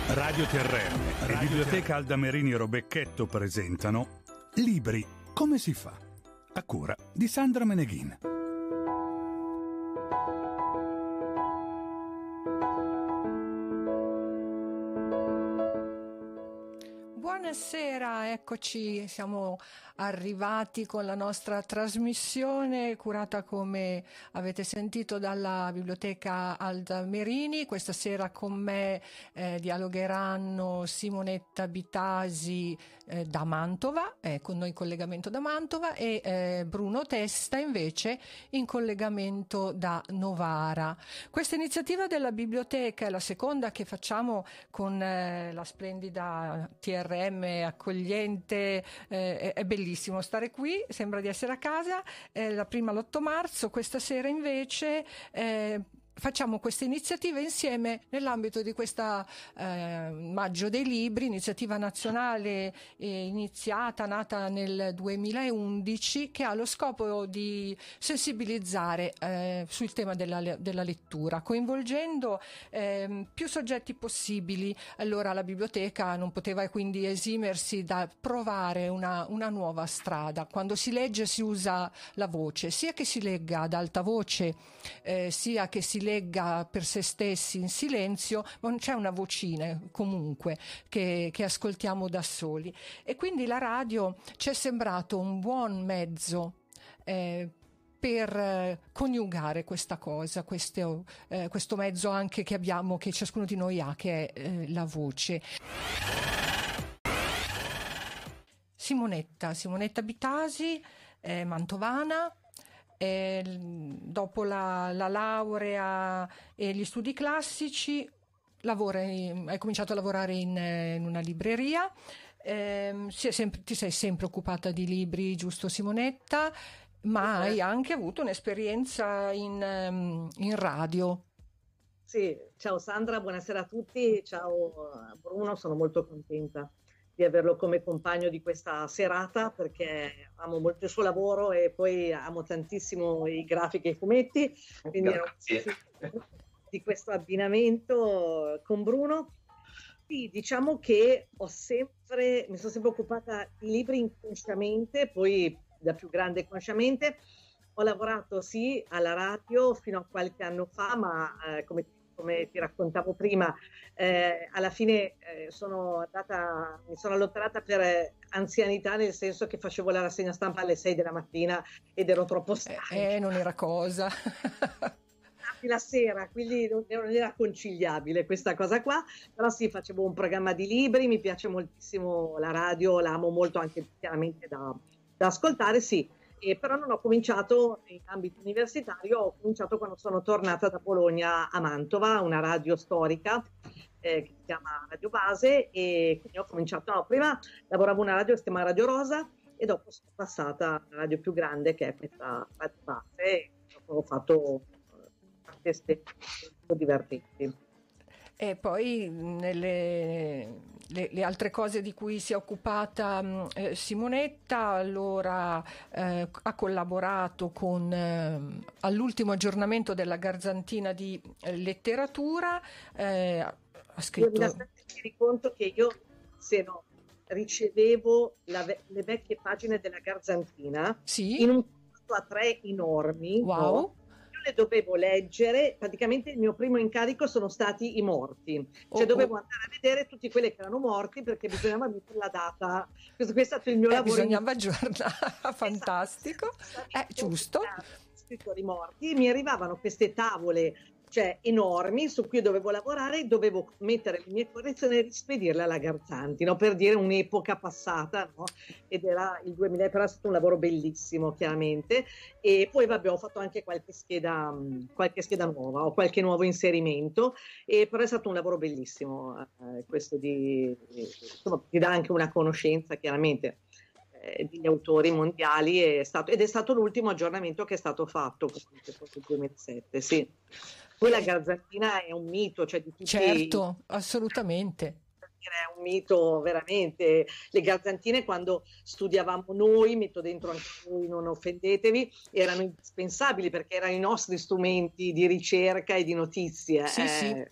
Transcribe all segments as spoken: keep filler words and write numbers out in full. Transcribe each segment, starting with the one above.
Radio Terrenne e Biblioteca Aldamerini Robecchetto presentano Libri, come si fa? A cura di Sandra Meneghin. Buonasera, eccoci, siamo arrivati con la nostra trasmissione curata, come avete sentito, dalla Biblioteca Aldamerini. Questa sera con me eh, dialogheranno Simonetta Bitasi eh, da Mantova, eh, con noi in collegamento da Mantova, e eh, Bruno Testa invece in collegamento da Novara. Questa iniziativa della biblioteca è la seconda che facciamo con eh, la splendida T R M accogliente, eh, è bellissimo stare qui, sembra di essere a casa. Eh, la prima l'otto marzo, questa sera invece eh, facciamo questa iniziativa insieme nell'ambito di questa eh, Maggio dei Libri, iniziativa nazionale eh, iniziata, nata nel duemilaundici, che ha lo scopo di sensibilizzare eh, sul tema della, della lettura, coinvolgendo eh, più soggetti possibili. Allora la biblioteca non poteva quindi esimersi da provare una, una nuova strada. Quando si legge si usa la voce, sia che si legga ad alta voce, eh, sia che si legga per se stessi in silenzio, ma c'è una vocina comunque che, che ascoltiamo da soli, e quindi la radio ci è sembrato un buon mezzo eh, per eh, coniugare questa cosa, questo, eh, questo mezzo anche che abbiamo, che ciascuno di noi ha, che è eh, la voce. Simonetta, Simonetta Bitasi, eh, mantovana. Eh, dopo la, la laurea e gli studi classici lavora in, hai cominciato a lavorare in, in una libreria. Eh, si è sempre, ti sei sempre occupata di libri, giusto Simonetta? Ma hai anche avuto un'esperienza in, in radio. Sì, ciao Sandra, buonasera a tutti, ciao Bruno, sono molto contenta di averlo come compagno di questa serata, perché amo molto il suo lavoro e poi amo tantissimo i grafici e i fumetti, quindi ero di questo abbinamento con Bruno. Sì, diciamo che ho sempre, mi sono sempre occupata di libri inconsciamente, poi da più grande consciamente. Ho lavorato sì alla radio fino a qualche anno fa, ma eh, come come ti raccontavo prima, eh, alla fine eh, sono andata, mi sono allontanata per anzianità, nel senso che facevo la rassegna stampa alle sei della mattina ed ero troppo stanca. Eh, eh non era cosa. La sera, quindi non, non era conciliabile questa cosa qua, però sì, facevo un programma di libri, mi piace moltissimo la radio, la amo molto anche chiaramente da, da ascoltare, sì. E però non ho cominciato in ambito universitario, ho cominciato quando sono tornata da Bologna a Mantova, una radio storica eh, che si chiama Radio Base, e quindi ho cominciato, no, prima lavoravo in una radio che si chiama Radio Rosa e dopo sono passata alla radio più grande, che è questa Radio Base, e dopo ho fatto tante esperienze divertenti. E poi nelle le, le altre cose di cui si è occupata eh, Simonetta, allora eh, ha collaborato con eh, all'ultimo aggiornamento della Garzantina di eh, letteratura, eh, ha scritto... Io mi rendi conto che io, se no, ricevevo la, le vecchie pagine della Garzantina, sì? In un formato a tre enormi. Wow! No? Le dovevo leggere, praticamente il mio primo incarico sono stati i morti, cioè oh, dovevo andare a vedere tutti quelli che erano morti, perché bisognava mettere la data. Questo, questo è stato il mio eh, lavoro. Bisognava aggiornare, fantastico, esatto. Eh, giusto. Scrittori morti, mi arrivavano queste tavole, cioè enormi, su cui dovevo lavorare, dovevo mettere le mie correzioni e rispedirle alla Garzanti, no? Per dire un'epoca passata, no? Ed era il duemila, però è stato un lavoro bellissimo, chiaramente. E poi vabbè, ho fatto anche qualche scheda, qualche scheda nuova, o qualche nuovo inserimento, e però è stato un lavoro bellissimo, eh, questo di, insomma, ti dà anche una conoscenza, chiaramente, degli autori mondiali, è stato, ed è stato l'ultimo aggiornamento che è stato fatto, comunque nel duemilasette, sì. Poi la Garzantina è un mito, cioè di tutti. Certo, assolutamente. È un mito veramente. Le Garzantine, quando studiavamo noi, metto dentro anche voi, non offendetevi, erano indispensabili perché erano i nostri strumenti di ricerca e di notizie. Sì, eh. sì.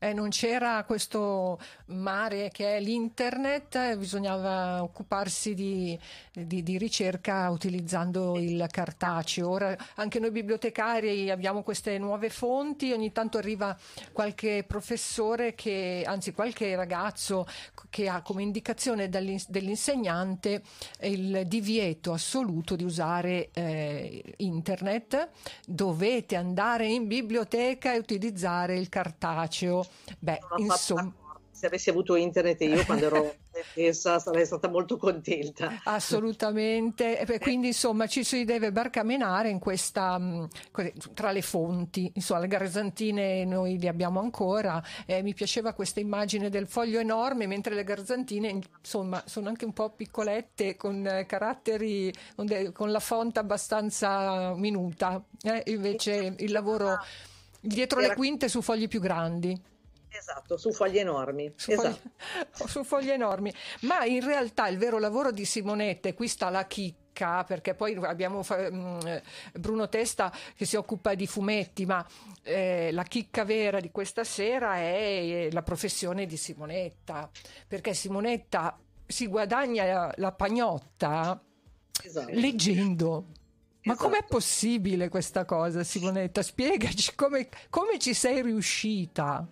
Eh, non c'era questo mare che è l'internet, eh, bisognava occuparsi di, di- di ricerca utilizzando il cartaceo. Ora anche noi bibliotecari abbiamo queste nuove fonti, ogni tanto arriva qualche professore che, anzi qualche ragazzo che ha come indicazione dall'in- dell'insegnante il divieto assoluto di usare eh, internet, dovete andare in biblioteca e utilizzare il cartaceo. Beh, insomma, se avessi avuto internet io quando ero stessa sarei stata molto contenta. assolutamente. E beh, quindi insomma ci si deve barcamenare in questa mh, que- tra le fonti. Insomma, le garzantine noi le abbiamo ancora. Eh, mi piaceva questa immagine del foglio enorme, mentre le garzantine insomma sono anche un po' piccolette, con eh, caratteri con, de- con la font abbastanza minuta. Eh, invece il lavoro dietro le Era- quinte su fogli più grandi. Esatto, su fogli enormi. Su Esatto. fogli, su fogli enormi, ma in realtà il vero lavoro di Simonetta, e qui sta la chicca, perché poi abbiamo fa- mh, Bruno Testa che si occupa di fumetti, ma eh, la chicca vera di questa sera è la professione di Simonetta, perché Simonetta si guadagna la pagnotta Esatto. leggendo. Ma Esatto. com'è possibile questa cosa, Simonetta? Spiegaci come, come ci sei riuscita.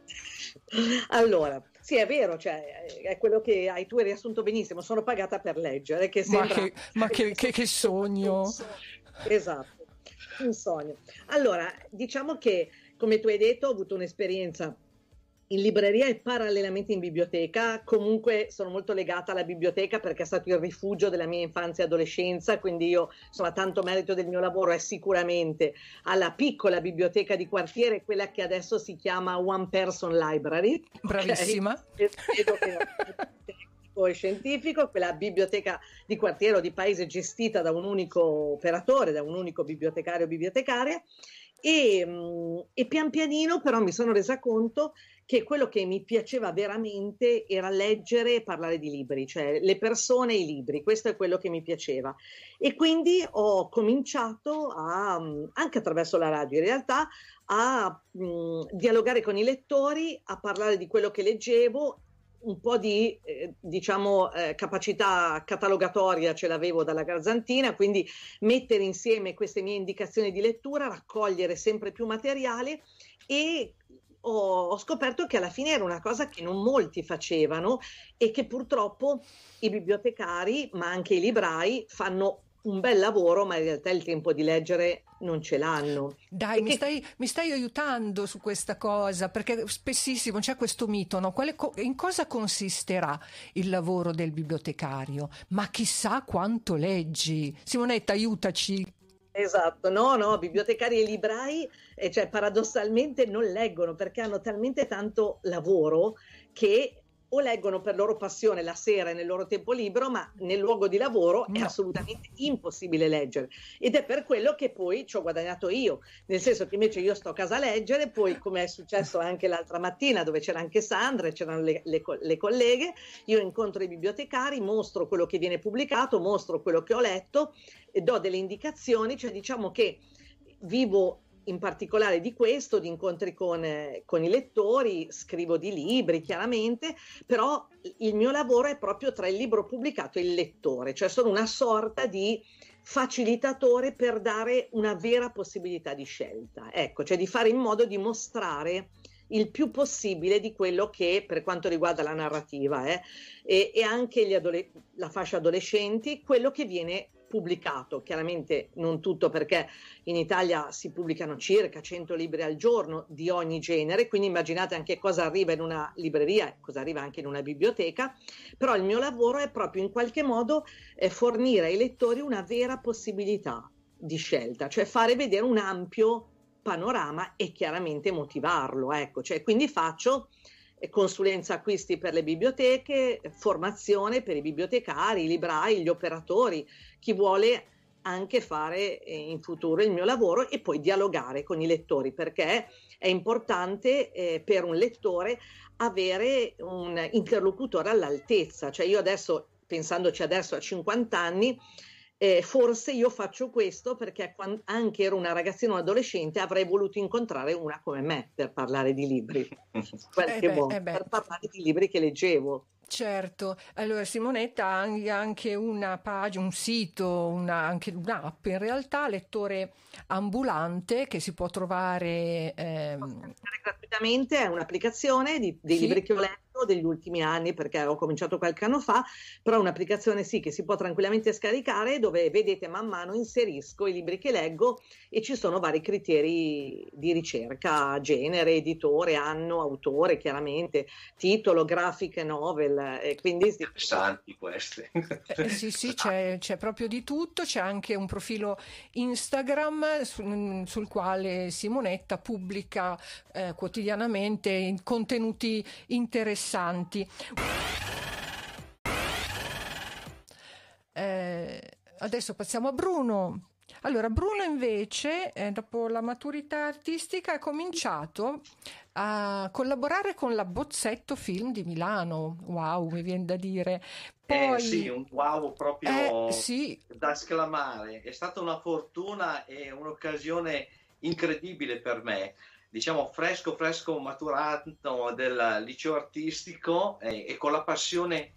Allora, sì, è vero, cioè, è quello che hai tu hai riassunto benissimo, sono pagata per leggere, che Ma sembra... che, ma che, che- che sogno! Esatto, un sogno. Allora, diciamo che, come tu hai detto, ho avuto un'esperienza in libreria e parallelamente in biblioteca. Comunque sono molto legata alla biblioteca perché è stato il rifugio della mia infanzia e adolescenza, quindi io, insomma, tanto merito del mio lavoro è sicuramente alla piccola biblioteca di quartiere, quella che adesso si chiama One Person Library. Bravissima. Okay? Vedo che tecnico e scientifico, quella biblioteca di quartiere o di paese gestita da un unico operatore, da un unico bibliotecario o bibliotecaria. E, e pian pianino però mi sono resa conto che quello che mi piaceva veramente era leggere e parlare di libri, cioè le persone e i libri, questo è quello che mi piaceva. E quindi ho cominciato a, anche attraverso la radio in realtà, a mh, dialogare con i lettori, a parlare di quello che leggevo. Un po' di eh, diciamo eh, capacità catalogatoria ce l'avevo dalla garzantina, quindi mettere insieme queste mie indicazioni di lettura, raccogliere sempre più materiale, e ho, ho scoperto che alla fine era una cosa che non molti facevano e che purtroppo i bibliotecari, ma anche i librai, fanno un bel lavoro, ma in realtà il tempo di leggere non ce l'hanno. Dai, E mi che- stai, mi stai aiutando su questa cosa, perché spessissimo c'è questo mito, no? Quale co- in cosa consisterà il lavoro del bibliotecario? Ma chissà quanto leggi. Simonetta, aiutaci. Esatto, no, no, bibliotecari e librai, eh, cioè paradossalmente non leggono perché hanno talmente tanto lavoro che o leggono per loro passione la sera e nel loro tempo libero, ma nel luogo di lavoro è No. assolutamente impossibile leggere. Ed è per quello che poi ci ho guadagnato io, nel senso che invece io sto a casa a leggere, poi come è successo anche l'altra mattina dove c'era anche Sandra e c'erano le, le, le colleghe, io incontro i bibliotecari, mostro quello che viene pubblicato, mostro quello che ho letto e do delle indicazioni, cioè diciamo che vivo in particolare di questo, di incontri con, eh, con i lettori, scrivo di libri chiaramente, però il mio lavoro è proprio tra il libro pubblicato e il lettore, cioè sono una sorta di facilitatore per dare una vera possibilità di scelta, ecco, cioè di fare in modo di mostrare il più possibile di quello che, per quanto riguarda la narrativa eh, e, e anche gli adole- la fascia adolescenti, quello che viene pubblicato, chiaramente non tutto perché in Italia si pubblicano circa cento libri al giorno di ogni genere, quindi immaginate anche cosa arriva in una libreria e cosa arriva anche in una biblioteca, però il mio lavoro è proprio in qualche modo eh, fornire ai lettori una vera possibilità di scelta, cioè fare vedere un ampio panorama e chiaramente motivarlo, ecco, cioè quindi faccio consulenza acquisti per le biblioteche, formazione per i bibliotecari, i librai, gli operatori, chi vuole anche fare in futuro il mio lavoro e poi dialogare con i lettori, perché è importante eh, per un lettore avere un interlocutore all'altezza, cioè io adesso, pensandoci adesso a cinquanta anni, Eh, forse io faccio questo perché quando anche ero una ragazzina, un adolescente, avrei voluto incontrare una come me per parlare di libri, in qualche Eh beh, modo, eh beh. per parlare di libri che leggevo. Certo, allora Simonetta ha ang- anche una pagina, un sito, una, anche un'app in realtà, lettore ambulante che si può trovare, Posso ehm, scaricare gratuitamente, è un'applicazione di- dei libri sì, che ho letto degli ultimi anni perché ho cominciato qualche anno fa, però è un'applicazione sì che si può tranquillamente scaricare dove vedete man mano inserisco i libri che leggo e ci sono vari criteri di ricerca, genere, editore, anno, autore, chiaramente, titolo, graphic novel e quindi sì. Interessanti queste. eh, sì, sì, c'è, c'è proprio di tutto, c'è anche un profilo Instagram su- sul quale Simonetta pubblica eh, quotidianamente in- contenuti interessanti. Eh, adesso passiamo a Bruno. Allora, Bruno invece, eh, dopo la maturità artistica, ha cominciato a collaborare con la Bozzetto Film di Milano. Wow, mi viene da dire. Eh sì, Poi, un wow eh, proprio sì, da esclamare. È stata una fortuna e un'occasione incredibile per me. Diciamo fresco, fresco maturato del liceo artistico eh, e con la passione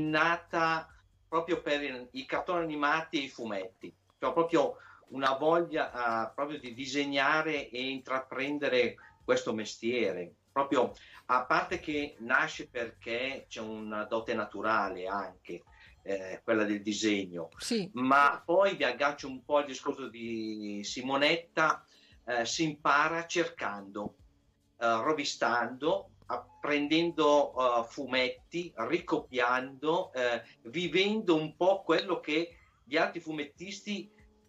innata proprio per i, i cartoni animati e i fumetti. Cioè proprio una voglia eh, proprio di disegnare e intraprendere questo mestiere. Proprio a parte che nasce perché c'è una dote naturale anche, eh, quella del disegno, sì, ma poi vi aggancio un po' al discorso di Simonetta, eh, si impara cercando, eh, rovistando, apprendendo eh, fumetti, ricopiando, eh, vivendo un po' quello che gli altri fumettisti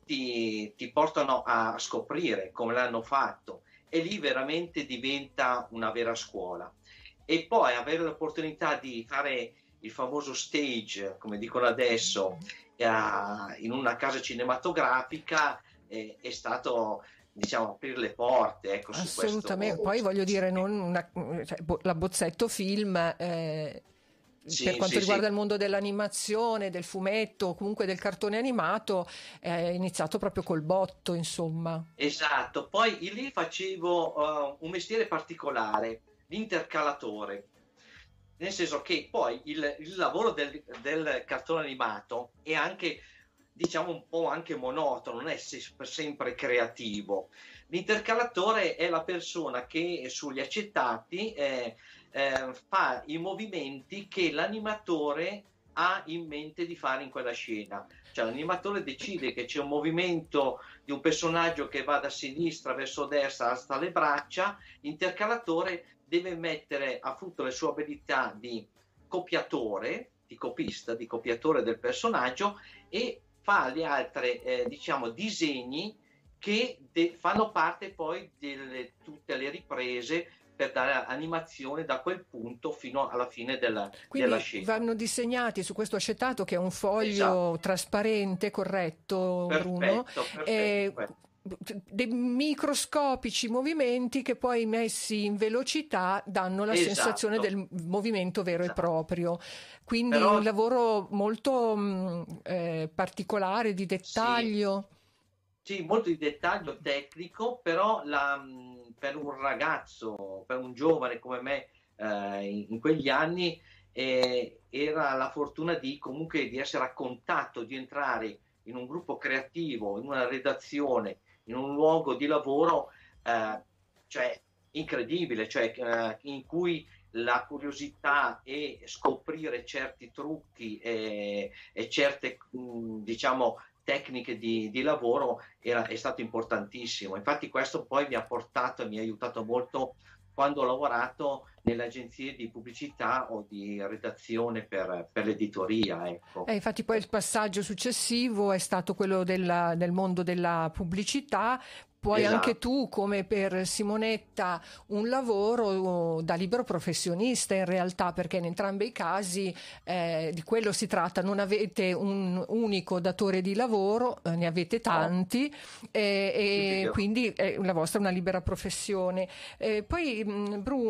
ti, ti portano a scoprire, come l'hanno fatto. E lì veramente diventa una vera scuola. E poi avere l'opportunità di fare il famoso stage, come dicono adesso, eh, in una casa cinematografica eh, è stato, diciamo, aprire le porte, ecco, su assolutamente. questo. Poi voglio dire, non una- cioè, bo- la Bozzetto Film, eh, Sì, per quanto sì, riguarda sì. il mondo dell'animazione, del fumetto, comunque del cartone animato, è iniziato proprio col botto, insomma. Esatto, poi lì facevo uh, un mestiere particolare, l'intercalatore, nel senso che poi il, il lavoro del, del cartone animato è anche, diciamo, un po' anche monotono, non è se- sempre creativo. L'intercalatore è la persona che sugli accettati eh, eh, fa i movimenti che l'animatore ha in mente di fare in quella scena. Cioè l'animatore decide che c'è un movimento di un personaggio che va da sinistra verso destra, alza le braccia, l'intercalatore deve mettere a frutto le sue abilità di copiatore, di copista, di copiatore del personaggio e fa le altre, eh, diciamo, disegni che de- fanno parte poi di tutte le riprese per dare animazione da quel punto fino alla fine della, Quindi della scena. vanno disegnati su questo acetato che è un foglio Esatto. trasparente, corretto, Bruno, Perfetto, e perfetto. dei microscopici movimenti che poi messi in velocità danno la Esatto. sensazione del movimento vero Esatto. e proprio. Quindi Però- un lavoro molto mh, eh, particolare, di dettaglio. Sì, molto di dettaglio tecnico, però la, mh, per un ragazzo, per un giovane come me eh, in, in quegli anni eh, era la fortuna di comunque di essere a contatto, di entrare in un gruppo creativo, in una redazione, in un luogo di lavoro, eh, cioè incredibile, cioè eh, in cui la curiosità e scoprire certi trucchi e, e certe, mh, diciamo, tecniche di, di lavoro era, è stato importantissimo. Infatti questo poi mi ha portato e mi ha aiutato molto quando ho lavorato nelle agenzie di pubblicità o di redazione per, per l'editoria. Ecco. Eh, infatti poi il passaggio successivo è stato quello della- del mondo della pubblicità. Poi Esatto. anche tu, come per Simonetta, un lavoro da libero professionista in realtà, perché in entrambi i casi eh, di quello si tratta, non avete un unico datore di lavoro, eh, ne avete tanti eh, e Sì, sì, quindi eh, la vostra è una libera professione. Eh, poi mh, Bruno,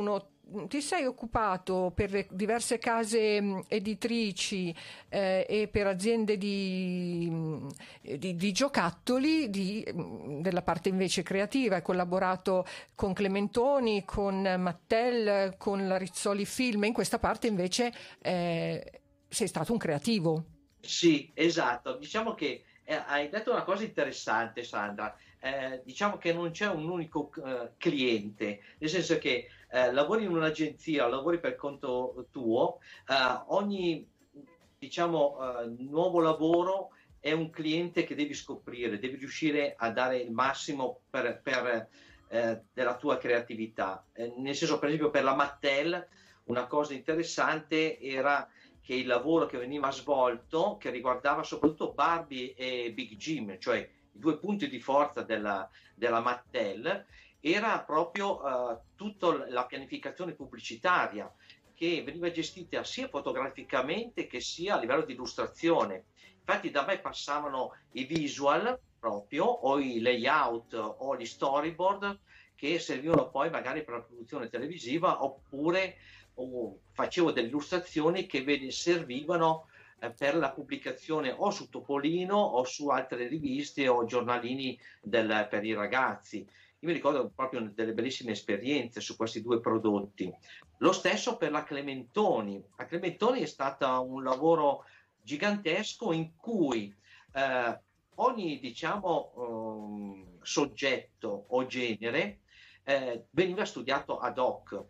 ti sei occupato per diverse case mh, editrici eh, e per aziende di, mh, di, di giocattoli di, mh, della parte invece creativa. Hai collaborato con Clementoni, con Mattel, con la Rizzoli Film. In questa parte invece eh, sei stato un creativo. Sì, esatto. Diciamo che eh, hai detto una cosa interessante, Sandra. Eh, diciamo che non c'è un unico eh, cliente, nel senso che eh, lavori in un'agenzia, lavori per conto tuo, eh, ogni diciamo eh, nuovo lavoro è un cliente che devi scoprire, devi riuscire a dare il massimo per, per eh, della tua creatività. Eh, nel senso, per esempio, per la Mattel una cosa interessante era che il lavoro che veniva svolto, che riguardava soprattutto Barbie e Big Jim, cioè i due punti di forza della, della Mattel, era proprio uh, tutta la pianificazione pubblicitaria che veniva gestita sia fotograficamente che sia a livello di illustrazione. Infatti da me passavano i visual proprio, o i layout o gli storyboard che servivano poi magari per la produzione televisiva, oppure o facevo delle illustrazioni che servivano eh, per la pubblicazione o su Topolino o su altre riviste o giornalini del, per i ragazzi. Io mi ricordo proprio delle bellissime esperienze su questi due prodotti. Lo stesso per la Clementoni. La Clementoni è stato un lavoro gigantesco in cui eh, ogni diciamo um, soggetto o genere eh, veniva studiato ad hoc.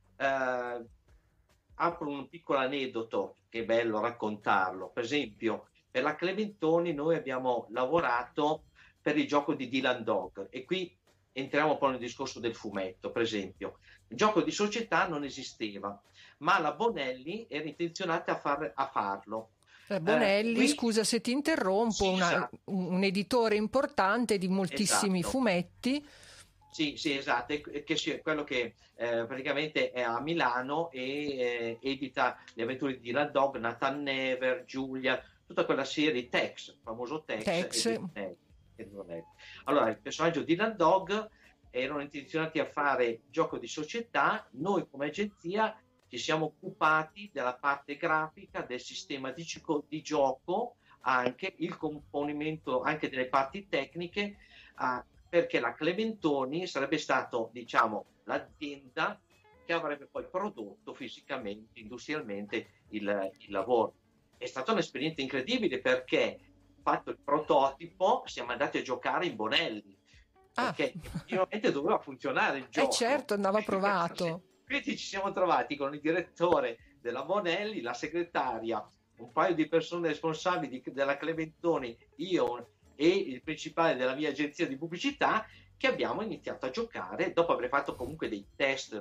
Uh, apro un piccolo aneddoto che è bello raccontarlo. Per esempio, per la Clementoni noi abbiamo lavorato per il gioco di Dylan Dog, e qui entriamo un po' nel discorso del fumetto. Per esempio, il gioco di società non esisteva, ma la Bonelli era intenzionata a, far, a farlo. La Bonelli, eh, qui... scusa se ti interrompo, sì, una, esatto. un editore importante di moltissimi esatto. fumetti. Sì, sì, esatto, è, che è quello che eh, praticamente è a Milano e eh, edita le avventure di Dylan Dog, Nathan Never, Giulia, tutta quella serie Tex, il famoso Tex. Tex. E Bonelli, e Bonelli. Allora, il personaggio di Dylan Dog erano intenzionati a fare gioco di società. Noi come agenzia ci siamo occupati della parte grafica, del sistema di, di gioco, anche il componimento anche delle parti tecniche, eh, perché la Clementoni sarebbe stato, diciamo, l'azienda che avrebbe poi prodotto fisicamente, industrialmente il, il lavoro. È stata un'esperienza incredibile, perché fatto il prototipo siamo andati a giocare in Bonelli, ah. perché effettivamente doveva funzionare il gioco. Eh certo, andava provato. Quindi ci siamo trovati con il direttore della Bonelli, la segretaria, un paio di persone responsabili di, della Clementoni, io e il principale della mia agenzia di pubblicità, che abbiamo iniziato a giocare dopo aver fatto comunque dei test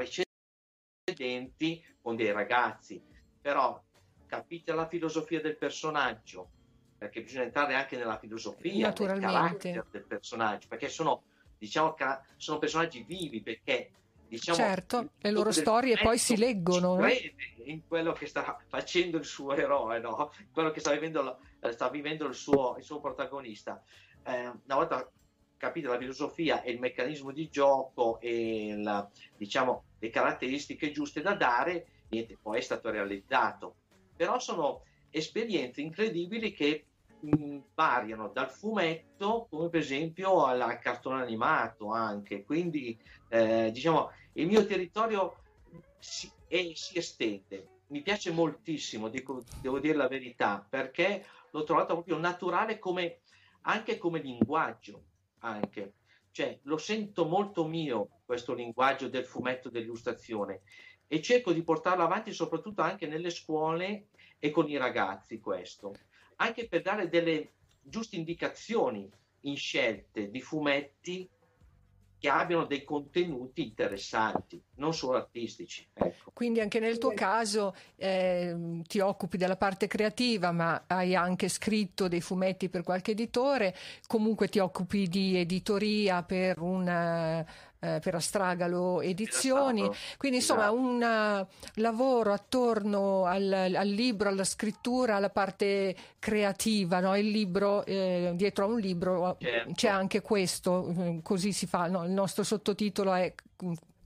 precedenti con dei ragazzi. Però capite la filosofia del personaggio, perché bisogna entrare anche nella filosofia, nel carattere del personaggio, perché sono, diciamo, sono personaggi vivi, perché diciamo, certo, le loro storie poi si leggono, no? Crede in quello che sta facendo il suo eroe, no? Quello che sta vivendo, sta vivendo il suo, il suo protagonista. Eh, una volta capite la filosofia e il meccanismo di gioco e la, diciamo, le caratteristiche giuste da dare, niente, poi è stato realizzato. Però sono esperienze incredibili che mh, variano dal fumetto, come per esempio al cartone animato anche. Quindi eh, diciamo, il mio territorio si, è, si estende. Mi piace moltissimo, dico, devo dire la verità, perché l'ho trovato proprio naturale, come, anche come linguaggio, anche. Cioè, lo sento molto mio questo linguaggio del fumetto, dell'illustrazione, e cerco di portarlo avanti soprattutto anche nelle scuole e con i ragazzi, questo, anche per dare delle giuste indicazioni in scelte di fumetti che abbiano dei contenuti interessanti, non solo artistici. Ecco. Quindi anche nel tuo caso eh, ti occupi della parte creativa, ma hai anche scritto dei fumetti per qualche editore, comunque ti occupi di editoria per una... Eh, per Astragalo Edizioni, Astragalo. Quindi insomma esatto. un uh, lavoro attorno al, al libro, alla scrittura, alla parte creativa, no? Il libro, eh, dietro a un libro certo. C'è anche questo, così si fa, no? Il nostro sottotitolo è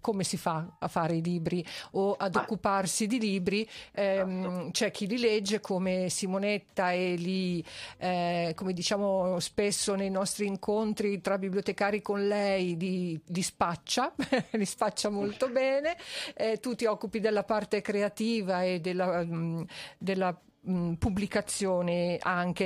come si fa a fare i libri o ad ah. occuparsi di libri. Ehm, c'è chi li legge come Simonetta e li, eh, come diciamo spesso nei nostri incontri tra bibliotecari con lei, li, li spaccia, li spaccia molto bene. Eh, tu ti occupi della parte creativa e della, mh, della mh, pubblicazione anche.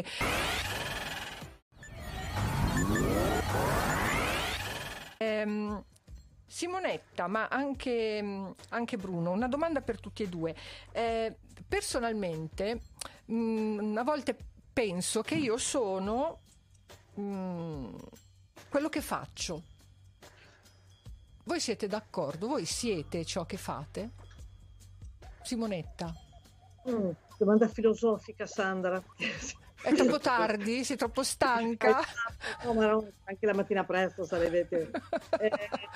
Ehm, Simonetta, ma anche, anche Bruno, una domanda per tutti e due. Eh, personalmente, mh, a volte penso che io sono mh, quello che faccio. Voi siete d'accordo? Voi siete ciò che fate? Simonetta? Mm, domanda filosofica, Sandra. È troppo tardi? Sei troppo stanca? No, ma no, anche la mattina presto sarebbe... Eh,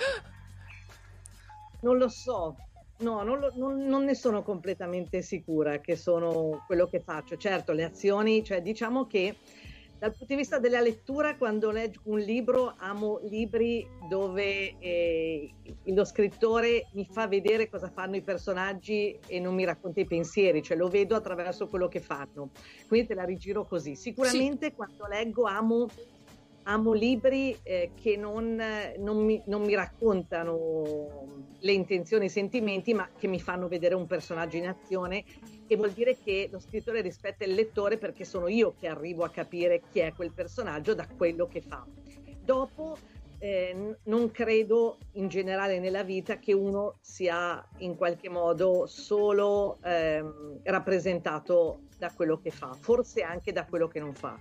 non lo so, no, non, lo, non, non ne sono completamente sicura che sono quello che faccio. Certo, le azioni, cioè diciamo che dal punto di vista della lettura, quando leggo un libro, amo libri dove eh, lo scrittore mi fa vedere cosa fanno i personaggi e non mi racconta i pensieri, cioè lo vedo attraverso quello che fanno. Quindi te la rigiro così. Sicuramente sì. Quando leggo amo, amo libri eh, che non, non, mi, non mi raccontano le intenzioni e i sentimenti, ma che mi fanno vedere un personaggio in azione. E vuol dire che lo scrittore rispetta il lettore, perché sono io che arrivo a capire chi è quel personaggio da quello che fa. Dopo eh, non credo in generale nella vita che uno sia in qualche modo solo ehm, rappresentato da quello che fa, forse anche da quello che non fa.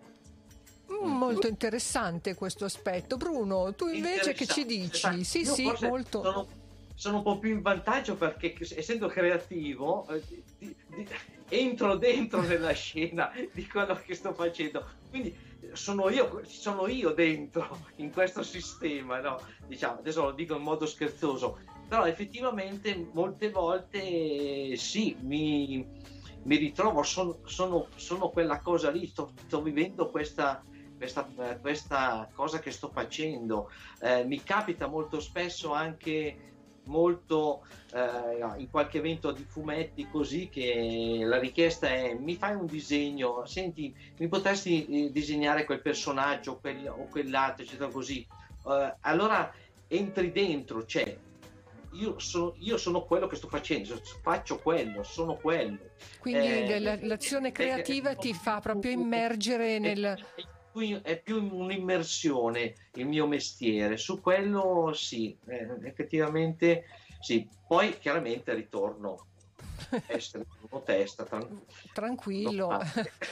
Molto interessante questo aspetto. Bruno, tu invece che ci dici? Sì, sì, molto. Sono, sono un po' più in vantaggio perché, essendo creativo, eh, di, di, entro dentro nella scena di quello che sto facendo. Quindi sono io, sono io dentro in questo sistema, no? Diciamo, adesso lo dico in modo scherzoso, però effettivamente molte volte sì, mi, mi ritrovo, sono, sono, sono quella cosa lì, sto, sto vivendo questa. Questa, questa cosa che sto facendo. Eh, mi capita molto spesso anche molto eh, in qualche evento di fumetti così, che la richiesta è: mi fai un disegno, senti, mi potresti disegnare quel personaggio quel, o quell'altro, eccetera, così. Eh, allora entri dentro, cioè io sono, io sono quello che sto facendo, faccio quello, sono quello. Quindi eh, l'azione creativa eh, ti fa proprio immergere nel... È più un'immersione il mio mestiere, su quello sì, eh, effettivamente sì. Poi chiaramente ritorno a essere uno testa tran- tranquillo. No,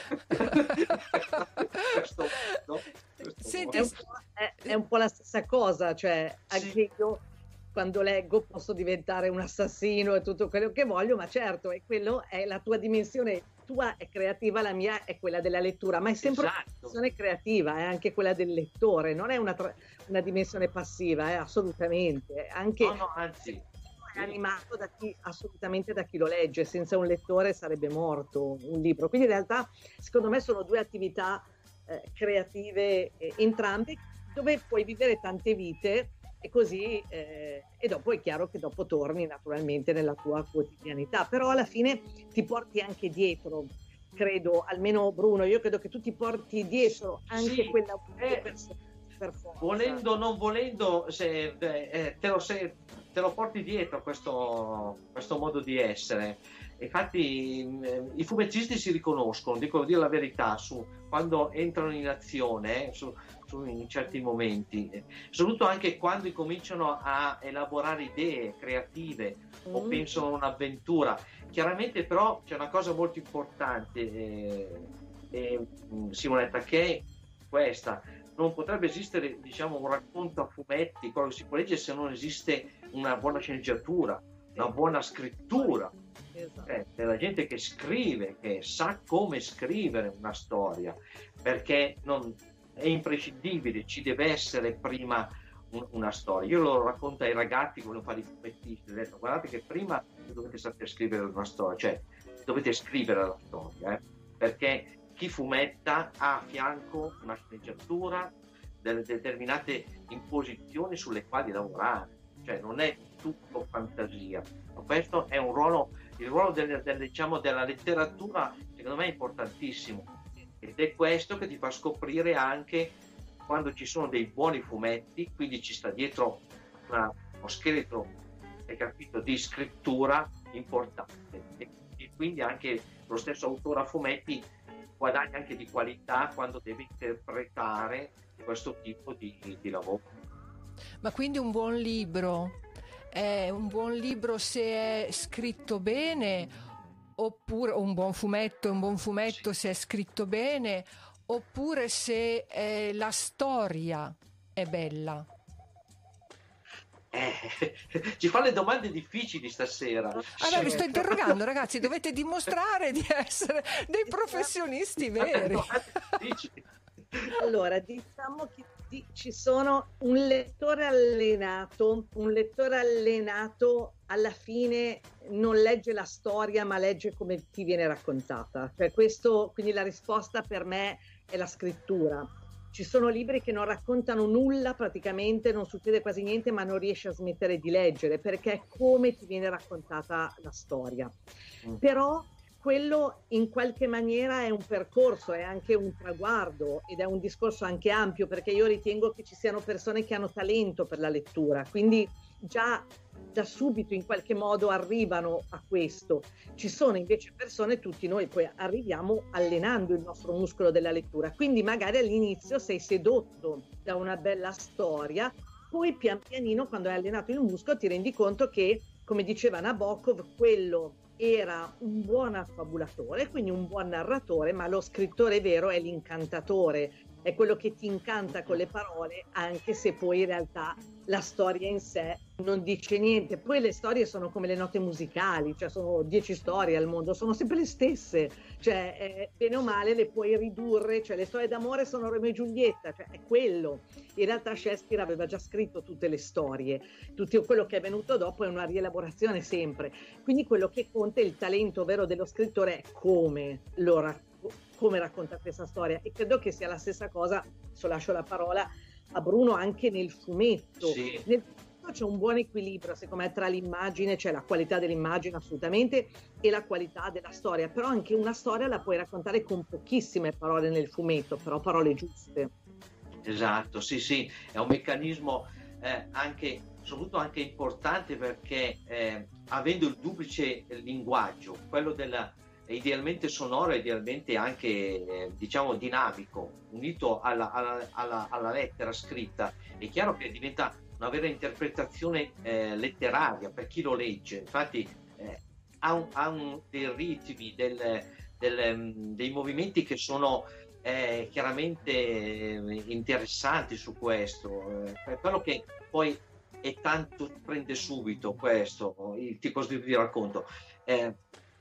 questo, no, Senti, è, un è, è un po' la stessa cosa, cioè anche sì. Io quando leggo posso diventare un assassino e tutto quello che voglio, ma certo, è quello è la tua dimensione. Tua è creativa, la mia è quella della lettura, ma è sempre esatto. Una dimensione creativa, è anche quella del lettore, non è una, tra- una dimensione passiva, è assolutamente, anche no, no, anzi, è animato da chi, assolutamente da chi lo legge. Senza un lettore sarebbe morto un libro. Quindi in realtà secondo me sono due attività eh, creative eh, entrambe, dove puoi vivere tante vite. E così, eh, e dopo è chiaro che dopo torni naturalmente nella tua quotidianità, però alla fine ti porti anche dietro, credo, almeno Bruno, io credo che tu ti porti dietro anche sì, quella eh, per, per forza. Volendo o non volendo, se, eh, te, lo, se, te lo porti dietro questo, questo modo di essere. Infatti eh, i fumettisti si riconoscono, dico dire la verità, su quando entrano in azione, eh, su, su in certi momenti, eh, soprattutto anche quando cominciano a elaborare idee creative mm. o pensano a un'avventura. Chiaramente però c'è una cosa molto importante, eh, eh, Simonetta, che è questa: non potrebbe esistere, diciamo, un racconto a fumetti, quello che si può leggere, se non esiste una buona sceneggiatura, una buona scrittura. Esatto. Eh, della gente che scrive, che sa come scrivere una storia, perché non è imprescindibile, ci deve essere prima un, una storia. Io lo racconto ai ragazzi che vogliono fare i fumettisti, ho detto: guardate che prima dovete sapere scrivere una storia, cioè dovete scrivere la storia, eh? Perché chi fumetta ha a fianco una sceneggiatura, delle determinate imposizioni sulle quali lavorare, cioè non è tutto fantasia. Questo è un ruolo, il ruolo del, del, diciamo, della letteratura, secondo me è importantissimo, ed è questo che ti fa scoprire anche quando ci sono dei buoni fumetti, quindi ci sta dietro una, uno scheletro, hai capito, di scrittura importante, e, e quindi anche lo stesso autore a fumetti guadagna anche di qualità quando deve interpretare questo tipo di, di lavoro. Ma quindi un buon libro è un buon libro se è scritto bene, oppure un buon fumetto è un buon fumetto se è scritto bene, oppure se eh, la storia è bella? Eh, ci fa le domande difficili stasera. Allora, vi sto interrogando, ragazzi, dovete dimostrare di essere dei professionisti veri. Allora, diciamo che ci sono un lettore allenato, un lettore allenato alla fine non legge la storia, ma legge come ti viene raccontata. Cioè questo, quindi la risposta per me è la scrittura. Ci sono libri che non raccontano nulla, praticamente non succede quasi niente, ma non riesci a smettere di leggere perché è come ti viene raccontata la storia. Mm. Però quello in qualche maniera è un percorso, è anche un traguardo ed è un discorso anche ampio, perché io ritengo che ci siano persone che hanno talento per la lettura, quindi già da subito in qualche modo arrivano a questo. Ci sono invece persone, tutti noi poi arriviamo allenando il nostro muscolo della lettura, quindi magari all'inizio sei sedotto da una bella storia, poi pian pianino quando hai allenato il muscolo ti rendi conto che, come diceva Nabokov, quello era un buon affabulatore, quindi un buon narratore, ma lo scrittore vero è l'incantatore, è quello che ti incanta con le parole, anche se poi in realtà la storia in sé non dice niente. Poi le storie sono come le note musicali, cioè sono dieci storie al mondo, sono sempre le stesse, cioè eh, bene o male le puoi ridurre, cioè le storie d'amore sono Romeo e Giulietta, cioè è quello. In realtà Shakespeare aveva già scritto tutte le storie, tutto quello che è venuto dopo è una rielaborazione sempre, quindi quello che conta è il talento vero dello scrittore, è come lo racconta, come racconta questa storia, e credo che sia la stessa cosa, adesso lascio la parola a Bruno, anche nel fumetto. Sì. Nel fumetto c'è un buon equilibrio secondo me tra l'immagine, cioè la qualità dell'immagine assolutamente, e la qualità della storia, però anche una storia la puoi raccontare con pochissime parole nel fumetto, però parole giuste. Esatto, sì sì, è un meccanismo eh, anche, soprattutto anche importante, perché eh, avendo il duplice linguaggio, quello della idealmente sonoro e idealmente anche eh, diciamo dinamico, unito alla, alla, alla, alla lettera scritta, è chiaro che diventa una vera interpretazione eh, letteraria per chi lo legge. Infatti eh, ha, un, ha un, dei ritmi, del, del, dei movimenti che sono eh, chiaramente interessanti su questo, eh, quello che poi è tanto prende subito questo il tipo di racconto. Eh,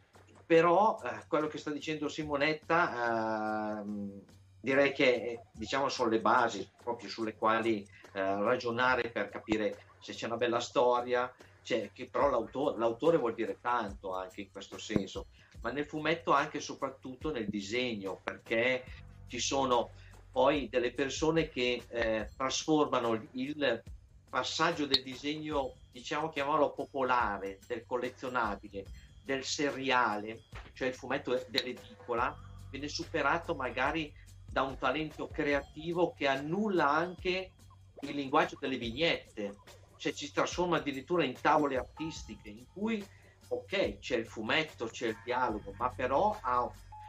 Però eh, quello che sta dicendo Simonetta eh, direi che diciamo sono le basi proprio sulle quali eh, ragionare per capire se c'è una bella storia, cioè, che però l'autore, l'autore vuol dire tanto anche in questo senso, ma nel fumetto anche e soprattutto nel disegno, perché ci sono poi delle persone che eh, trasformano il passaggio del disegno, diciamo chiamiamolo popolare, del collezionabile, del seriale, cioè il fumetto dell'edicola, viene superato magari da un talento creativo che annulla anche il linguaggio delle vignette, cioè ci trasforma addirittura in tavole artistiche in cui ok c'è il fumetto, c'è il dialogo, ma però ha,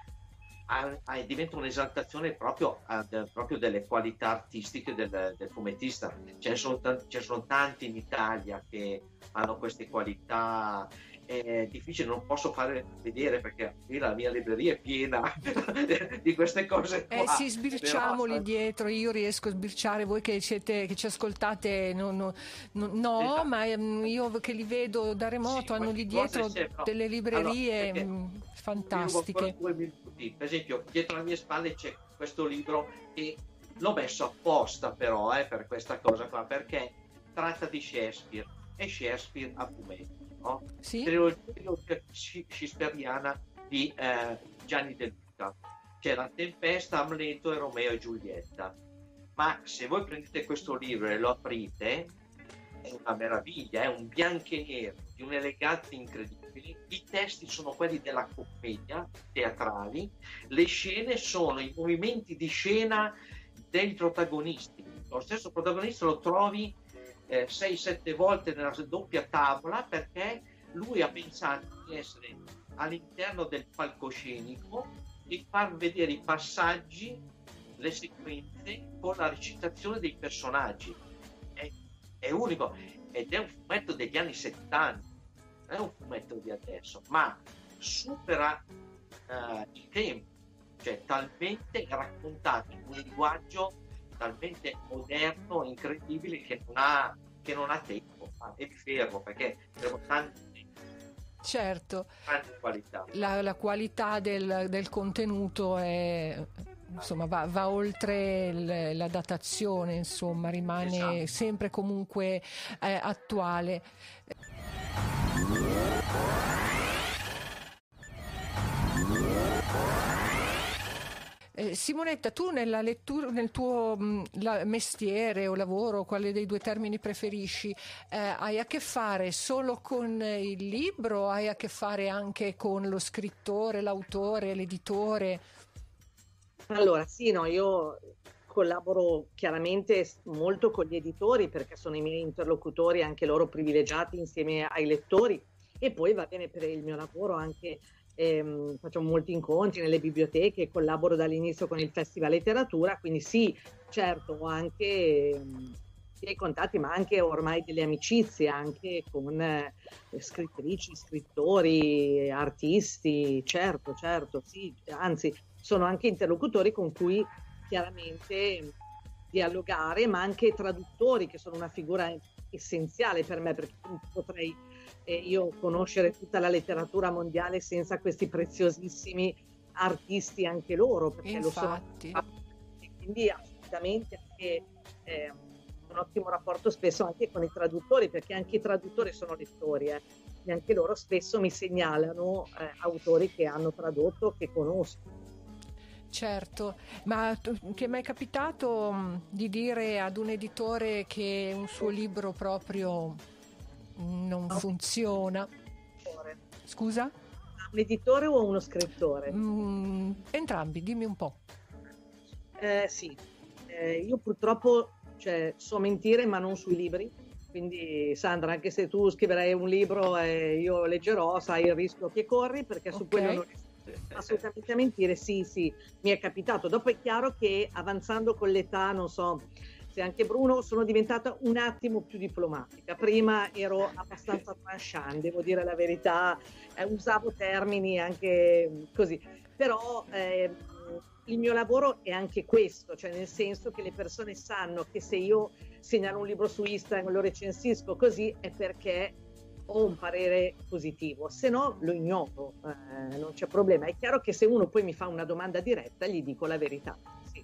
ha, ha, diventa un'esaltazione proprio, ad, proprio delle qualità artistiche del, del fumettista. Ce ne sono, ce ne sono tanti in Italia che hanno queste qualità. È difficile, non posso fare vedere perché la mia libreria è piena di queste cose qua. Eh sì, sbirciamoli però... dietro, io riesco a sbirciare, voi che siete, che ci ascoltate no, no, no, no esatto. Ma io che li vedo da remoto, sì, hanno lì dietro delle librerie allora, mh, fantastiche. Due minuti. Per esempio dietro alle mie spalle c'è questo libro e l'ho messo apposta però eh, per questa cosa qua, perché tratta di Shakespeare e Shakespeare a fumetti. No? Sì? Trilogia shakespeariana di eh, Gianni De Luca, c'è La Tempesta, Amleto e Romeo e Giulietta. Ma se voi prendete questo libro e lo aprite, è una meraviglia, è un bianco e nero di un'eleganza incredibile. I testi sono quelli della commedia teatrali, le scene sono i movimenti di scena dei protagonisti. Lo stesso protagonista lo trovi eh, sei sette volte nella doppia tavola, perché lui ha pensato di essere all'interno del palcoscenico e far vedere i passaggi, le sequenze con la recitazione dei personaggi. È, è unico ed è un fumetto degli anni settanta, non è un fumetto di adesso, ma supera uh, il tempo, cioè talmente raccontato in un linguaggio talmente moderno, incredibile, che non ha, che non ha tempo. Ah, e mi fermo perché abbiamo tanti certo tante qualità. La, la qualità del, del contenuto è, insomma, va, va oltre il, la datazione, insomma, rimane esatto. sempre comunque eh, attuale. Eh, Simonetta, tu nella lettura, nel tuo mh, la, mestiere o lavoro, quale dei due termini preferisci, eh, hai a che fare solo con il libro, hai a che fare anche con lo scrittore, l'autore, l'editore? Allora, sì, no, io collaboro chiaramente molto con gli editori, perché sono i miei interlocutori, anche loro privilegiati insieme ai lettori, e poi va bene per il mio lavoro anche. Ehm, facciamo molti incontri nelle biblioteche, collaboro dall'inizio con il Festival Letteratura, quindi sì, certo, ho anche ehm, dei contatti, ma anche ormai delle amicizie anche con eh, scrittrici, scrittori, artisti, certo, certo, sì, anzi sono anche interlocutori con cui chiaramente dialogare, ma anche traduttori, che sono una figura essenziale per me, perché potrei eh, io conoscere tutta la letteratura mondiale senza questi preziosissimi artisti anche loro, perché infatti. Lo sono, e quindi assolutamente anche eh, un ottimo rapporto spesso anche con i traduttori, perché anche i traduttori sono lettori, eh, e anche loro spesso mi segnalano eh, autori che hanno tradotto, che conosco. Certo, ma ti è mai capitato mh, di dire ad un editore che un suo libro proprio non no. funziona? Scusa? Un editore o uno scrittore? Mm, entrambi, dimmi un po'. Eh, sì, eh, io purtroppo cioè, so mentire, ma non sui libri. Quindi Sandra, anche se tu scriverai un libro e io leggerò, sai il rischio che corri, perché su okay. quello non assolutamente a mentire. Sì, sì, mi è capitato. Dopo è chiaro che avanzando con l'età, non so se anche Bruno, sono diventata un attimo più diplomatica. Prima ero abbastanza tranchant, devo dire la verità, eh, usavo termini anche così, però eh, il mio lavoro è anche questo, cioè nel senso che le persone sanno che se io segnalo un libro su Instagram, lo recensisco così, è perché ho un parere positivo, se no lo ignoro, eh, non c'è problema. È chiaro che se uno poi mi fa una domanda diretta gli dico la verità. Sì.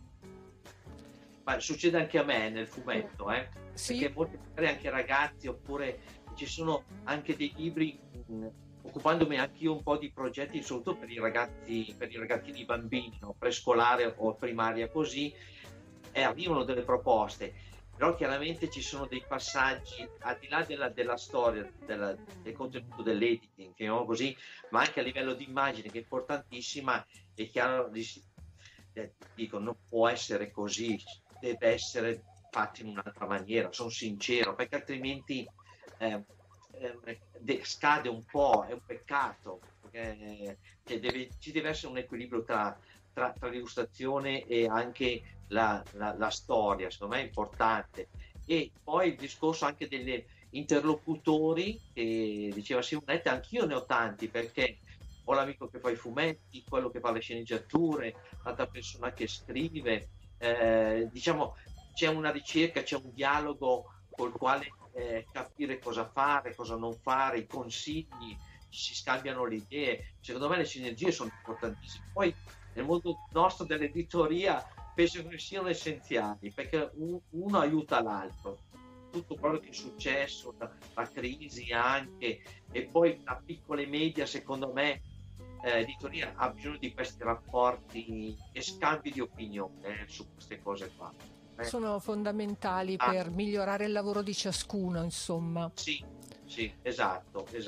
Ma succede anche a me nel fumetto, eh? Sì. Perché molti anche ragazzi, oppure ci sono anche dei libri, mh, occupandomi anche io un po' di progetti soprattutto per i ragazzi, per i ragazzini bambini, no? Prescolare o primaria così, e arrivano delle proposte. Però chiaramente ci sono dei passaggi al di là della, della storia, della, del contenuto dell'editing, chiamiamolo così, ma anche a livello di immagine, che è importantissima. È chiaro, dico, non può essere così, deve essere fatto in un'altra maniera, sono sincero, perché altrimenti eh, eh, scade un po', è un peccato, perché cioè deve, ci deve essere un equilibrio tra, tra, tra l'illustrazione e anche La, la, la storia, secondo me è importante. E poi il discorso anche degli interlocutori che diceva Simonetta, anch'io ne ho tanti, perché ho l'amico che fa i fumetti, quello che fa le sceneggiature, l'altra persona che scrive, eh, diciamo c'è una ricerca, c'è un dialogo col quale eh, capire cosa fare, cosa non fare, i consigli, si scambiano le idee. Secondo me le sinergie sono importantissime. Poi nel mondo nostro dell'editoria penso che siano essenziali, perché uno aiuta l'altro, tutto quello che è successo, la, la crisi anche, e poi la piccola e media, secondo me eh, l'editoria ha bisogno di questi rapporti e scambi di opinione eh, su queste cose qua. Eh. Sono fondamentali Ah. per migliorare il lavoro di ciascuno, insomma. Sì, sì, esatto, esatto.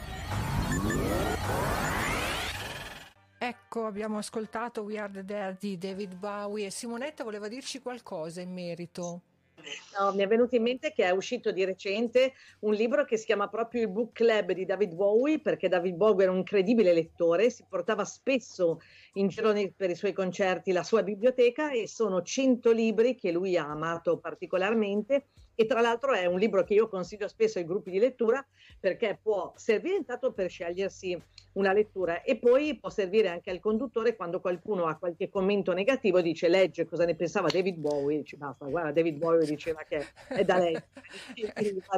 Ecco, abbiamo ascoltato We Are the Dead di David Bowie e Simonetta voleva dirci qualcosa in merito. No, mi è venuto in mente che è uscito di recente un libro che si chiama proprio il Book Club di David Bowie, perché David Bowie era un incredibile lettore, si portava spesso in giro per i suoi concerti la sua biblioteca e sono cento libri che lui ha amato particolarmente, e tra l'altro è un libro che io consiglio spesso ai gruppi di lettura perché può servire intanto per scegliersi una lettura e poi può servire anche al conduttore quando qualcuno ha qualche commento negativo, dice legge cosa ne pensava David Bowie, dice basta, guarda David Bowie diceva che è da lei. Ed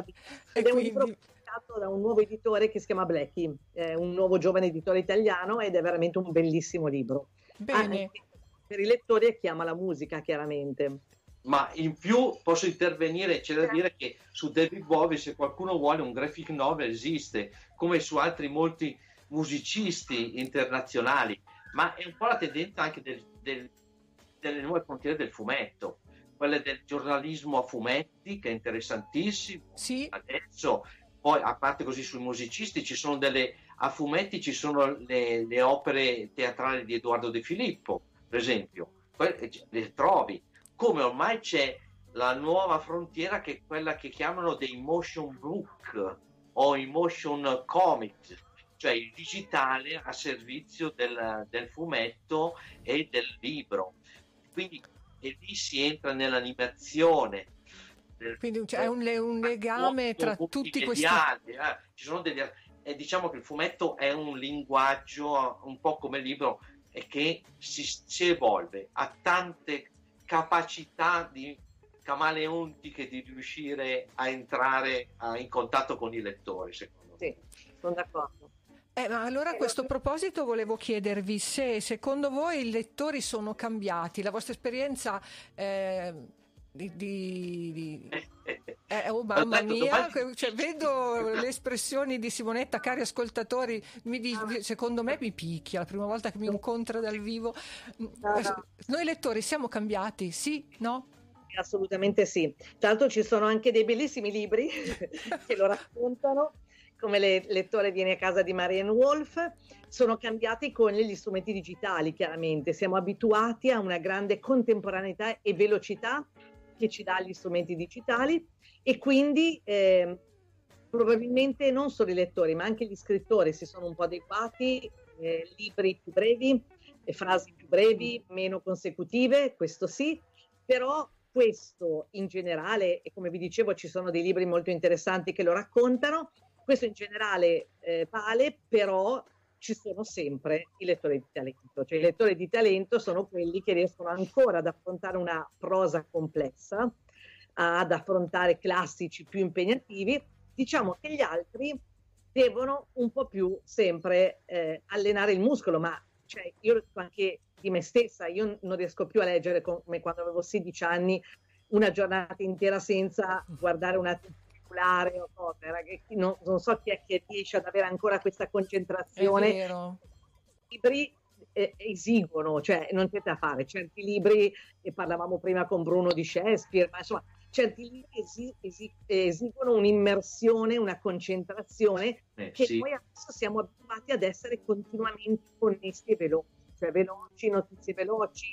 è un libro pubblicato da un nuovo editore che si chiama Blackie, è un nuovo giovane editore italiano ed è veramente un bellissimo libro. Bene. Ah, per i lettori e chi ama la musica chiaramente. Ma in più posso intervenire, c'è da dire che su David Bowie, se qualcuno vuole, un graphic novel esiste, come su altri molti musicisti internazionali, ma è un po' la tendenza anche del, del, delle nuove frontiere del fumetto, quelle del giornalismo a fumetti, che è interessantissimo. Sì. Adesso, poi a parte così sui musicisti, ci sono delle, a fumetti ci sono le, le opere teatrali di Edoardo De Filippo, per esempio, quelle, le trovi. Come ormai c'è la nuova frontiera che è quella che chiamano dei motion book o i motion comics, cioè il digitale a servizio del, del fumetto e del libro. Quindi e lì si entra nell'animazione. Del, Quindi c'è un, un legame tra tutti questi... Eh, ci sono degli, eh, diciamo che il fumetto è un linguaggio un po' come il libro e che si, si evolve, ha tante capacità di camaleontiche di riuscire a entrare a, in contatto con i lettori, secondo me. Sì, sono d'accordo. Eh, ma allora a questo proposito volevo chiedervi se secondo voi i lettori sono cambiati, la vostra esperienza eh, di... di, di... Eh, oh mamma mia, cioè, vedo le espressioni di Simonetta, cari ascoltatori, mi di, secondo me mi picchia la prima volta che mi incontra dal vivo. No, no. Noi lettori siamo cambiati, sì, no? Assolutamente sì. Tra l'altro ci sono anche dei bellissimi libri che lo raccontano, come le lettore viene a casa di Marianne Wolf. Sono cambiati con gli strumenti digitali, chiaramente. Siamo abituati a una grande contemporaneità e velocità che ci dà gli strumenti digitali e quindi eh, probabilmente non solo i lettori ma anche gli scrittori si sono un po' adeguati, eh, libri più brevi, e frasi più brevi, meno consecutive, questo sì, però questo in generale, e come vi dicevo ci sono dei libri molto interessanti che lo raccontano, questo in generale eh, vale, però ci sono sempre i lettori di talento, cioè i lettori di talento sono quelli che riescono ancora ad affrontare una prosa complessa, ad affrontare classici più impegnativi. Diciamo che gli altri devono un po' più sempre eh, allenare il muscolo, ma cioè, io lo dico anche di me stessa, io non riesco più a leggere come quando avevo sedici anni una giornata intera senza guardare una particolare o cose, non, non so chi è che riesce ad avere ancora questa concentrazione. È vero. I libri eh, esigono, cioè non c'è da fare, certi libri, e parlavamo prima con Bruno di Shakespeare, ma insomma certi libri esi, esi, esigono un'immersione, una concentrazione eh, che sì. Noi adesso siamo abituati ad essere continuamente connessi e veloci, cioè veloci, notizie veloci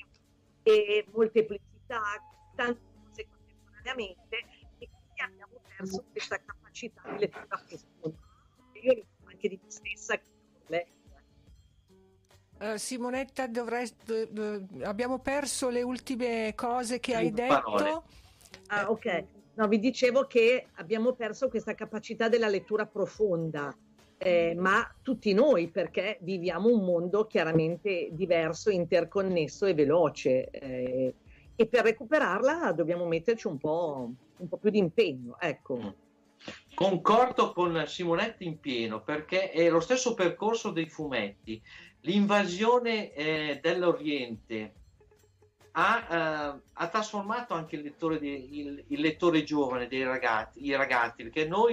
e molteplicità, tante cose contemporaneamente, e quindi abbiamo perso questa capacità di lettura profonda. Io lo dico anche di me stessa che lei. Uh, Simonetta, dovrei, d- d- abbiamo perso le ultime cose che hai detto. Parole. Ah, ok. No, vi dicevo che abbiamo perso questa capacità della lettura profonda, eh, ma tutti noi, perché viviamo un mondo chiaramente diverso, interconnesso e veloce. Eh, e per recuperarla dobbiamo metterci un po', un po' più di impegno, ecco. Concordo con Simonetta in pieno, perché è lo stesso percorso dei fumetti. L'invasione eh, dell'Oriente ha, eh, ha trasformato anche il lettore, di, il, il lettore giovane dei ragazzi, i ragazzi, perché noi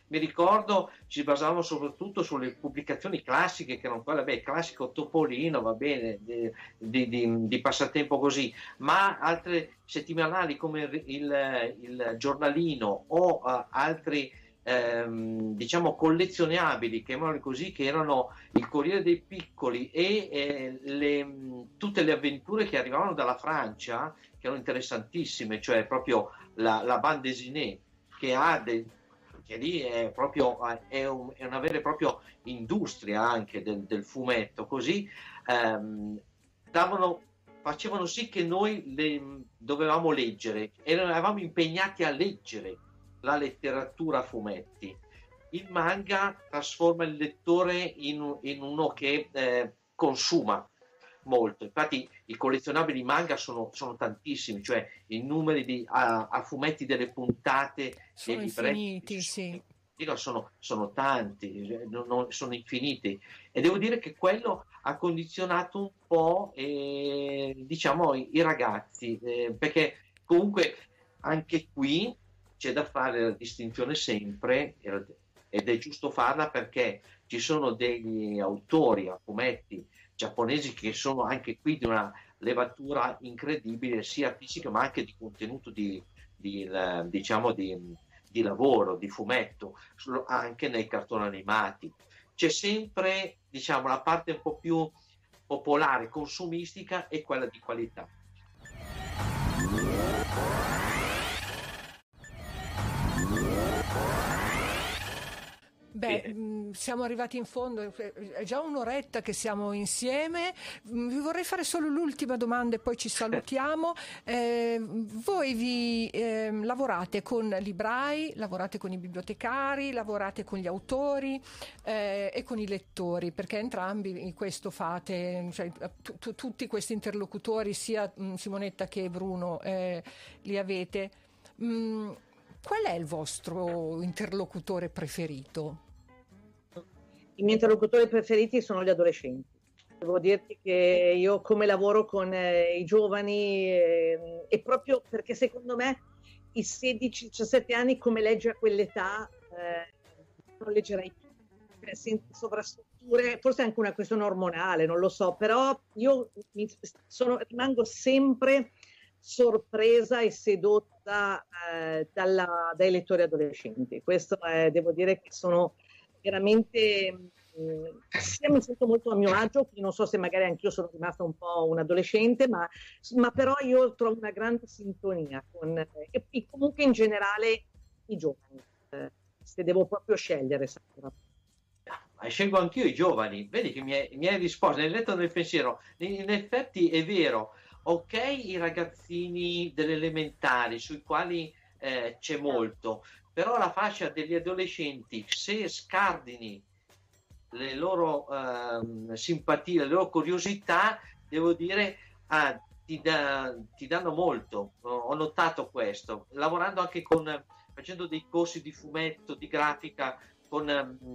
mi ricordo ci basavamo soprattutto sulle pubblicazioni classiche, che erano quelle, beh, classico Topolino, va bene, di, di, di, di passatempo così, ma altre settimanali come il, il, il giornalino o uh, altri ehm, diciamo collezionabili, chiamiamoli così, che erano il Corriere dei Piccoli e eh, le, tutte le avventure che arrivavano dalla Francia, che erano interessantissime, cioè proprio la, la bande dessinée, che ha de, che lì è proprio è, un, è una vera e propria industria anche del, del fumetto, così ehm, davano, facevano sì che noi le, dovevamo leggere, eravamo impegnati a leggere la letteratura a fumetti. Il manga trasforma il lettore in, in uno che eh, consuma molto. Infatti i collezionabili manga sono, sono tantissimi, cioè i numeri di, a, a fumetti delle puntate sono infiniti, sì. Sono, sono tanti, non, sono infiniti, e devo dire che quello ha condizionato un po' eh, diciamo i, i ragazzi, eh, perché comunque anche qui c'è da fare la distinzione sempre, ed è giusto farla, perché ci sono degli autori a fumetti giapponesi che sono anche qui di una levatura incredibile, sia fisica ma anche di contenuto di, di diciamo di, di lavoro, di fumetto, anche nei cartoni animati. C'è sempre, diciamo, la parte un po' più popolare, consumistica, e quella di qualità. Beh, mh, siamo arrivati in fondo, è già un'oretta che siamo insieme. Vi vorrei fare solo l'ultima domanda e poi ci salutiamo. Eh, voi vi eh, lavorate con librai, lavorate con i bibliotecari, lavorate con gli autori eh, e con i lettori, perché entrambi questo fate, cioè, t- t- tutti questi interlocutori, sia mh, Simonetta che Bruno, eh, li avete. Mh, qual è il vostro interlocutore preferito? I miei interlocutori preferiti sono gli adolescenti. Devo dirti che io, come lavoro con eh, i giovani, eh, è proprio perché secondo me i sedici diciassette anni, come leggi a quell'età, eh, non leggerai più, cioè, senza sovrastrutture, forse è anche una questione ormonale, non lo so, però io mi sono, rimango sempre sorpresa e sedotta eh, dalla, dai lettori adolescenti. Questo è, devo dire che sono veramente, mh, sia mi sento molto a mio agio, quindi non so se magari anch'io sono rimasta un po' un adolescente, ma, ma però io trovo una grande sintonia con, eh, e comunque in generale i giovani, eh, se devo proprio scegliere, Sandra. Ma scelgo anch'io i giovani, vedi che mi hai, mi hai risposto, nel letto del pensiero, in effetti è vero. Ok, i ragazzini delle elementari, sui quali eh, c'è molto, però la fascia degli adolescenti, se scardini le loro eh, simpatie, le loro curiosità, devo dire, ah, ti, da, ti danno molto. Ho notato questo, lavorando anche con, facendo dei corsi di fumetto, di grafica, con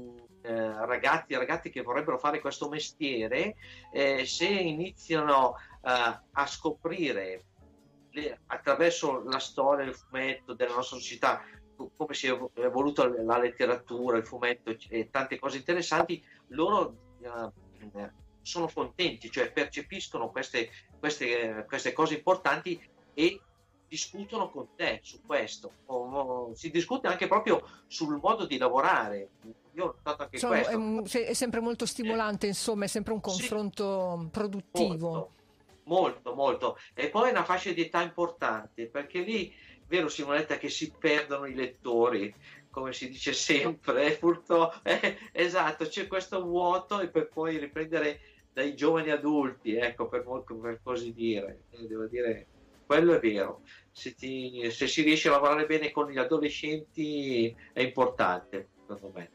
eh, ragazzi e ragazze che vorrebbero fare questo mestiere, eh, se iniziano Uh, a scoprire le, attraverso la storia del fumetto della nostra società, come si è evoluta la letteratura, il fumetto e tante cose interessanti, loro uh, sono contenti, cioè percepiscono queste, queste, queste cose importanti e discutono con te su questo. O, o, si discute anche proprio sul modo di lavorare. Io ho notato anche Sono, questo. È, un, è sempre molto stimolante, insomma, è sempre un confronto sì, produttivo. Molto. Molto, molto. E poi una fascia di età importante, perché lì, vero Simonetta, che si perdono i lettori, come si dice sempre, purtroppo, eh, esatto, c'è questo vuoto e per poi riprendere dai giovani adulti, ecco, per, per così dire. E devo dire, quello è vero. Se, ti, se si riesce a lavorare bene con gli adolescenti è importante, secondo me.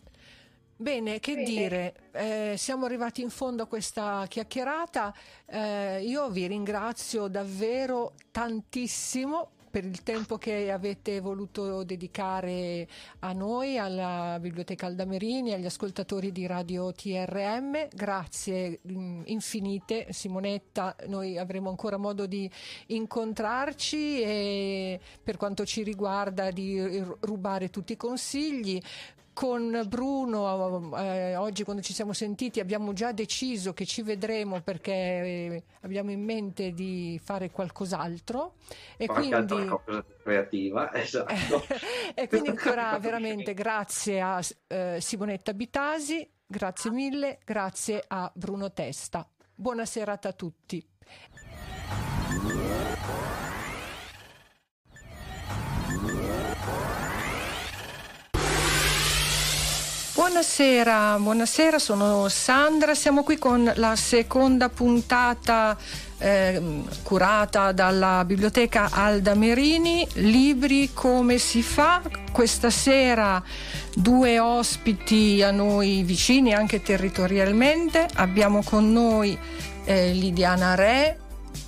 Bene, che Bene. dire, eh, siamo arrivati in fondo a questa chiacchierata, eh, io vi ringrazio davvero tantissimo per il tempo che avete voluto dedicare a noi, alla Biblioteca Aldamerini, agli ascoltatori di Radio T R M. Grazie mh, infinite Simonetta, noi avremo ancora modo di incontrarci e per quanto ci riguarda di rubare tutti i consigli. Con Bruno eh, oggi, quando ci siamo sentiti, abbiamo già deciso che ci vedremo perché eh, abbiamo in mente di fare qualcos'altro e qualche quindi altra cosa creativa, esatto. E quindi ancora veramente grazie a eh, Simonetta Bitasi, grazie mille, grazie a Bruno Testa. Buona serata a tutti. Buonasera, buonasera, sono Sandra, siamo qui con la seconda puntata eh, curata dalla Biblioteca Aldamerini, Libri come si fa. Questa sera due ospiti a noi vicini anche territorialmente, abbiamo con noi eh, Lidiana Re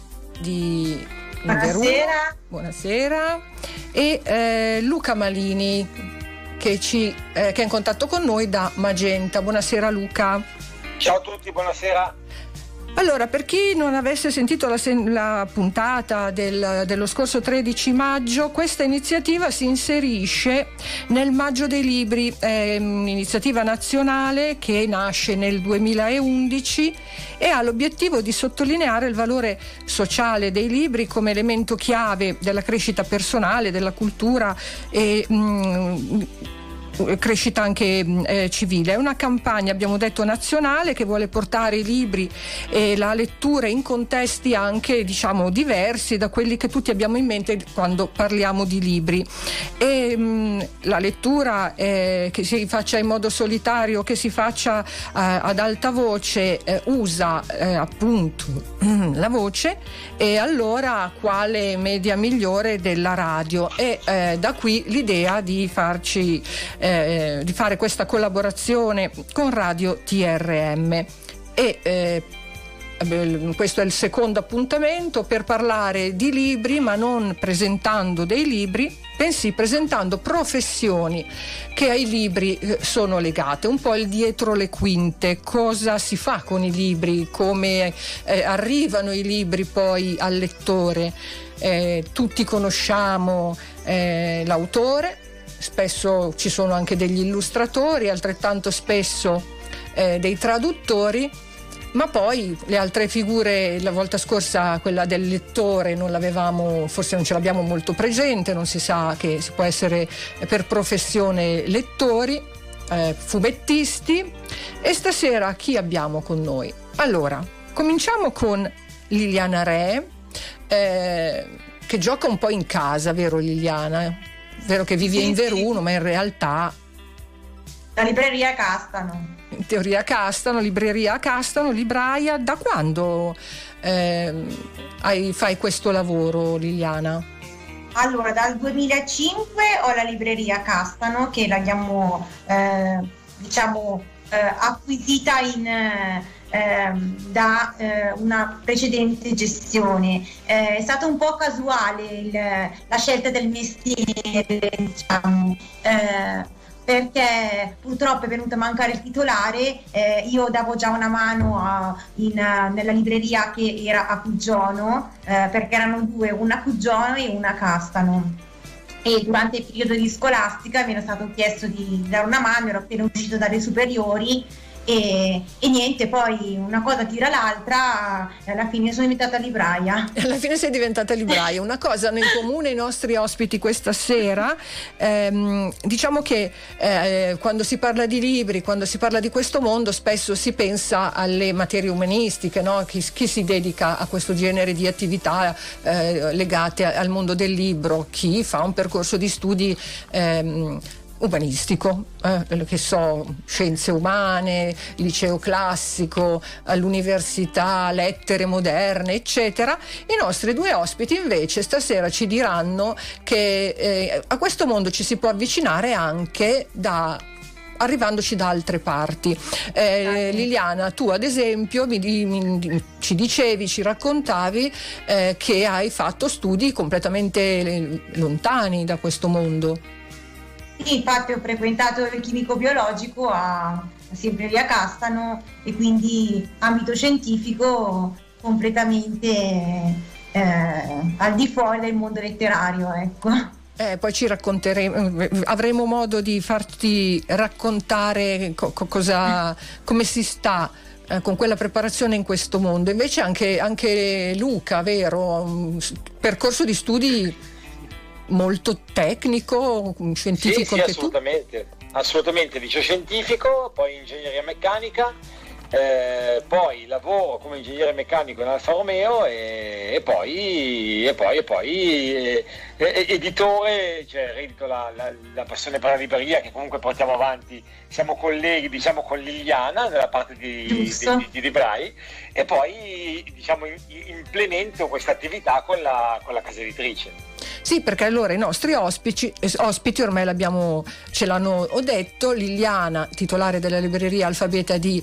di Buonasera. Buonasera, e eh, Luca Malini che, ci, eh, che è in contatto con noi da Magenta. Buonasera Luca. Ciao a tutti, buonasera. Allora, per chi non avesse sentito la, la puntata del, dello scorso tredici maggio, questa iniziativa si inserisce nel Maggio dei Libri, è un'iniziativa nazionale che nasce nel duemilaundici e ha l'obiettivo di sottolineare il valore sociale dei libri come elemento chiave della crescita personale, della cultura e mh, crescita anche eh, civile. È una campagna, abbiamo detto, nazionale, che vuole portare i libri e la lettura in contesti anche, diciamo, diversi da quelli che tutti abbiamo in mente quando parliamo di libri. E mh, la lettura eh, che si faccia in modo solitario, che si faccia eh, ad alta voce, eh, usa eh, appunto la voce, e allora quale media migliore della radio? E eh, da qui l'idea di farci eh, Eh, di fare questa collaborazione con Radio T R M e eh, questo è il secondo appuntamento per parlare di libri, ma non presentando dei libri, bensì presentando professioni che ai libri eh, sono legate, un po' il dietro le quinte, cosa si fa con i libri, come eh, arrivano i libri poi al lettore. Eh, tutti conosciamo eh, l'autore, spesso ci sono anche degli illustratori, altrettanto spesso eh, dei traduttori, ma poi le altre figure, la volta scorsa quella del lettore non l'avevamo, forse non ce l'abbiamo molto presente, non si sa che si può essere per professione lettori, eh, fumettisti. E stasera chi abbiamo con noi? Allora, cominciamo con Liliana Re, eh, che gioca un po' in casa, vero Liliana? Vero che vivi sì, in Veruno, sì. Ma in realtà la libreria Castano. In teoria Castano, libreria Castano, libraia. Da quando eh, hai, fai questo lavoro, Liliana? Allora, dal duemilacinque ho la libreria Castano, che l'abbiamo eh, diciamo eh, acquisita in eh, da eh, una precedente gestione. Eh, è stato un po' casuale il, la scelta del mestiere, diciamo, eh, perché purtroppo è venuto a mancare il titolare. Eh, io davo già una mano a, in, nella libreria che era a Cuggiono, eh, perché erano due, una a Cuggiono e una a Castano. E durante il periodo di scolastica mi era stato chiesto di dare una mano, ero appena uscito dalle superiori. E, e niente, poi una cosa tira l'altra, e alla fine sono diventata libraia. Alla fine sei diventata libraia. Una cosa hanno in comune i nostri ospiti questa sera, ehm, diciamo che eh, quando si parla di libri, quando si parla di questo mondo, spesso si pensa alle materie umanistiche, no? Chi, chi si dedica a questo genere di attività eh, legate al mondo del libro, chi fa un percorso di studi ehm, umanistico, eh, che so, scienze umane, liceo classico, all'università, lettere moderne, eccetera. I nostri due ospiti invece stasera ci diranno che eh, a questo mondo ci si può avvicinare anche da arrivandoci da altre parti. Eh, Liliana, tu ad esempio mi, mi, ci dicevi, ci raccontavi eh, che hai fatto studi completamente lontani da questo mondo. Sì, infatti ho frequentato il chimico biologico a, sempre lì a Castano, e quindi ambito scientifico completamente eh, al di fuori del mondo letterario, ecco. Eh, poi ci racconteremo, avremo modo di farti raccontare co- cosa, come si sta eh, con quella preparazione in questo mondo. Invece anche, anche Luca, vero? Un percorso di studi molto tecnico, scientifico. Sì, sì, anche assolutamente, tu? assolutamente, liceo scientifico, poi ingegneria meccanica, eh, poi lavoro come ingegnere meccanico in Alfa Romeo e, e poi, e poi, e poi eh, eh, editore, cioè eredito la, la, la passione per la libreria che comunque portiamo avanti, siamo colleghi diciamo con Liliana nella parte di, di, di, di librai, e poi diciamo implemento questa attività con la, con la casa editrice. Sì, perché allora i nostri ospiti, ospiti ormai l'abbiamo, ce l'hanno detto, Liliana, titolare della libreria Alfabeta di,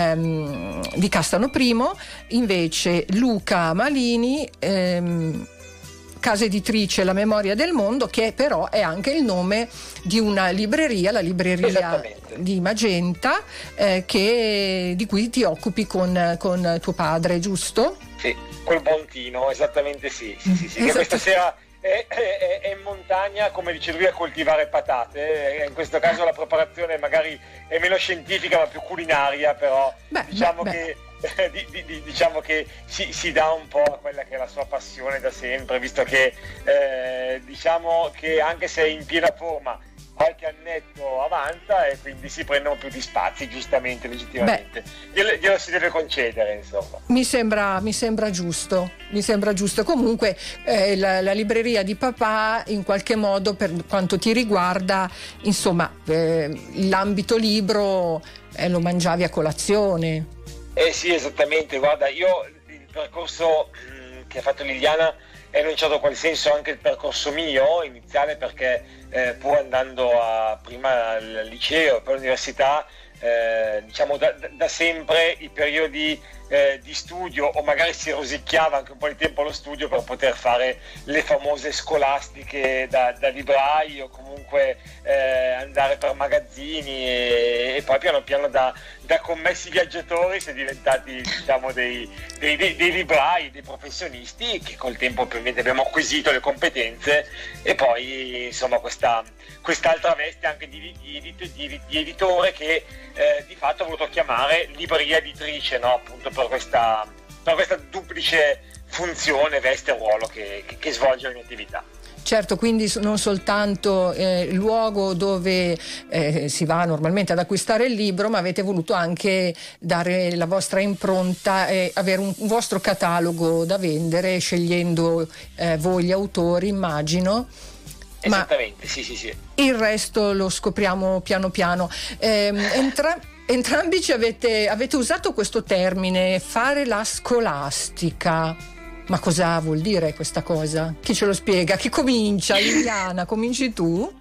ehm, di Castano Primo, invece Luca Malini, ehm, casa editrice La Memoria del Mondo, che però è anche il nome di una libreria, la libreria di Magenta, eh, che, di cui ti occupi con, con tuo padre, giusto? Sì, col Bontino, esattamente sì, sì, sì, sì, esatto. Che questa sera È, è, è in montagna, come dice lui, a coltivare patate. In questo caso la preparazione magari è meno scientifica ma più culinaria, però beh, diciamo, beh, che, beh. Di, di, diciamo che si, si dà un po' a quella che è la sua passione da sempre, visto che eh, diciamo che anche se è in piena forma qualche annetto avanza e quindi si prendono più di spazi, giustamente, legittimamente. Glielo, glielo si deve concedere, insomma. Mi sembra, mi sembra giusto, mi sembra giusto. Comunque eh, la, la libreria di papà, in qualche modo, per quanto ti riguarda, insomma, eh, l'ambito libro eh, lo mangiavi a colazione. Eh sì, esattamente. Guarda, io il percorso mh, che ha fatto Liliana è enunciato quel senso anche il percorso mio iniziale, perché eh, pur andando a, prima al liceo e poi all'università, eh, diciamo da, da sempre i periodi eh, di studio, o magari si rosicchiava anche un po' di tempo allo studio per poter fare le famose scolastiche da, da librai, o comunque eh, andare per magazzini, e, e poi piano piano da, da commessi viaggiatori si è diventati diciamo dei, dei, dei, dei librai, dei professionisti che col tempo ovviamente abbiamo acquisito le competenze, e poi insomma questa quest'altra veste anche di, di, di, di, di editore che eh, di fatto ho voluto chiamare libreria editrice, no? Appunto per questa, per questa duplice funzione, veste e ruolo che, che, che svolge la mia attività. Certo, quindi non soltanto eh, il luogo dove eh, si va normalmente ad acquistare il libro, ma avete voluto anche dare la vostra impronta e avere un, un vostro catalogo da vendere, scegliendo eh, voi gli autori, immagino. Esattamente, ma sì, sì, sì. Il resto lo scopriamo piano piano. Eh, entra- entrambi ci avete, avete usato questo termine, fare la scolastica. Ma cosa vuol dire questa cosa? Chi ce lo spiega? Chi comincia? Liliana, cominci tu?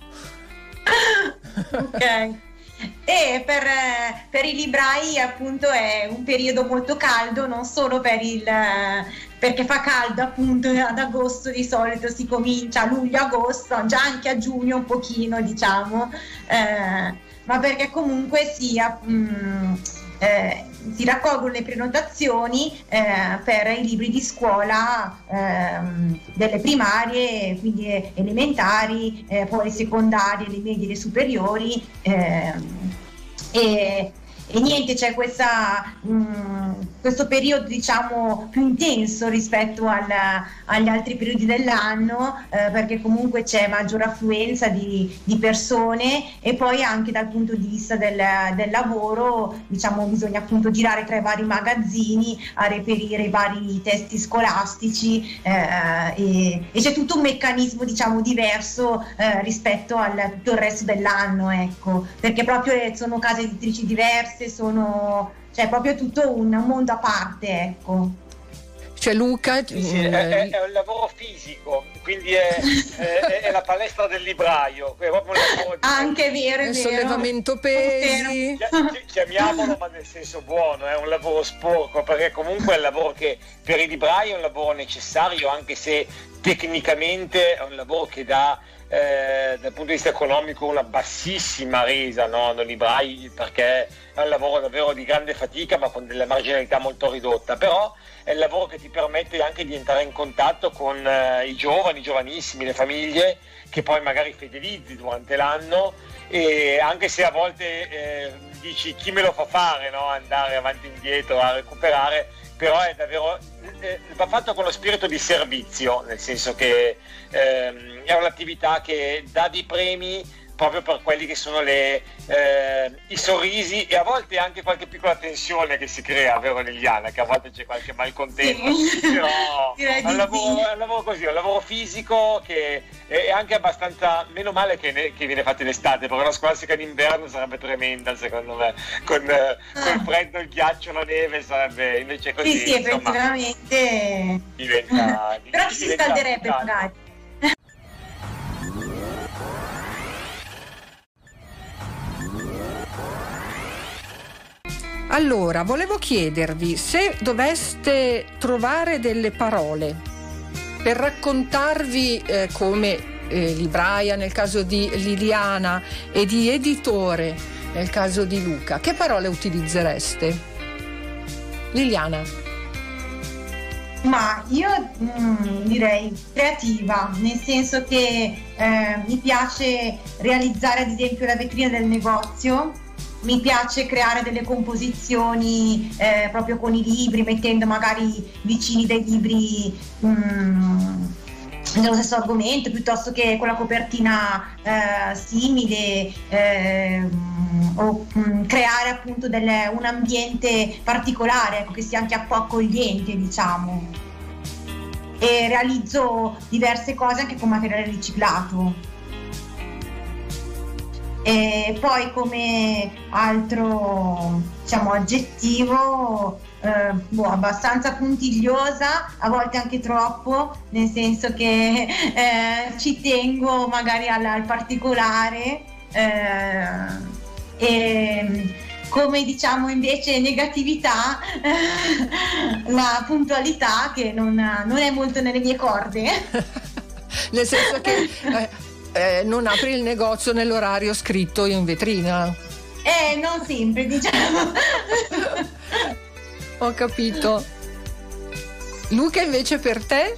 Ok. E per, per i librai appunto è un periodo molto caldo, non solo per il, perché fa caldo appunto ad agosto, di solito si comincia a luglio-agosto, già anche a giugno un pochino diciamo, eh, ma perché comunque sia... Mh, eh, si raccolgono le prenotazioni eh, per i libri di scuola ehm, delle primarie, quindi elementari, eh, poi secondarie, le medie, le superiori, ehm, e, e niente, c'è questa, mh, questo periodo diciamo più intenso rispetto al, agli altri periodi dell'anno, eh, perché comunque c'è maggiore affluenza di, di persone, e poi anche dal punto di vista del, del lavoro diciamo bisogna appunto girare tra i vari magazzini a reperire i vari testi scolastici, eh, e, e c'è tutto un meccanismo diciamo diverso eh, rispetto a tutto il resto dell'anno, ecco, perché proprio sono case editrici diverse, sono, cioè proprio tutto un mondo a parte, ecco. Cioè Luca... Sì, sì, è, è, è un lavoro fisico, quindi è, è, è la palestra del libraio. È proprio un lavoro di... Anche vero, è il vero. sollevamento pesi. Chiamiamolo, ma nel senso buono, è un lavoro sporco, perché comunque è un lavoro che per i librai è un lavoro necessario, anche se tecnicamente è un lavoro che dà eh, dal punto di vista economico una bassissima resa, no? Noi librai, perché è un lavoro davvero di grande fatica ma con della marginalità molto ridotta, però è il lavoro che ti permette anche di entrare in contatto con eh, i giovani, i giovanissimi, le famiglie, che poi magari fidelizzi durante l'anno, e anche se a volte eh, dici chi me lo fa fare, no? Andare avanti e indietro a recuperare, però è davvero eh, va fatto con lo spirito di servizio, nel senso che ehm, è un'attività che dà dei premi proprio per quelli che sono le, eh, i sorrisi e a volte anche qualche piccola tensione che si crea, vero Liliana? Che a volte c'è qualche malcontento, sì. Però è un, lavoro, è un lavoro così, è un lavoro fisico che è anche abbastanza, meno male che, ne, che viene fatto in estate, perché la scolastica d'inverno sarebbe tremenda secondo me, con, ah. con il freddo, il ghiaccio, la neve, sarebbe invece così. Sì, sì, effettivamente diventa, però ci si scalderebbe magari. Allora, volevo chiedervi se doveste trovare delle parole per raccontarvi eh, come eh, libraia nel caso di Liliana e di editore nel caso di Luca, che parole utilizzereste? Liliana? Ma io mm, direi creativa, nel senso che eh, mi piace realizzare ad esempio la vetrina del negozio. Mi piace creare delle composizioni eh, proprio con i libri, mettendo magari vicini dei libri mh, dello stesso argomento, piuttosto che con la copertina eh, simile, eh, o mh, creare appunto delle, un ambiente particolare, ecco, che sia anche un po' accogliente, diciamo. E realizzo diverse cose anche con materiale riciclato. E poi come altro, diciamo, aggettivo, eh, boh, abbastanza puntigliosa, a volte anche troppo, nel senso che eh, ci tengo magari al, al particolare, eh, e come diciamo invece negatività, eh, la puntualità che non, non è molto nelle mie corde. Nel senso che... Eh... Eh, non apri il negozio nell'orario scritto in vetrina? Eh, non sempre, diciamo. Ho capito. Luca, invece, per te?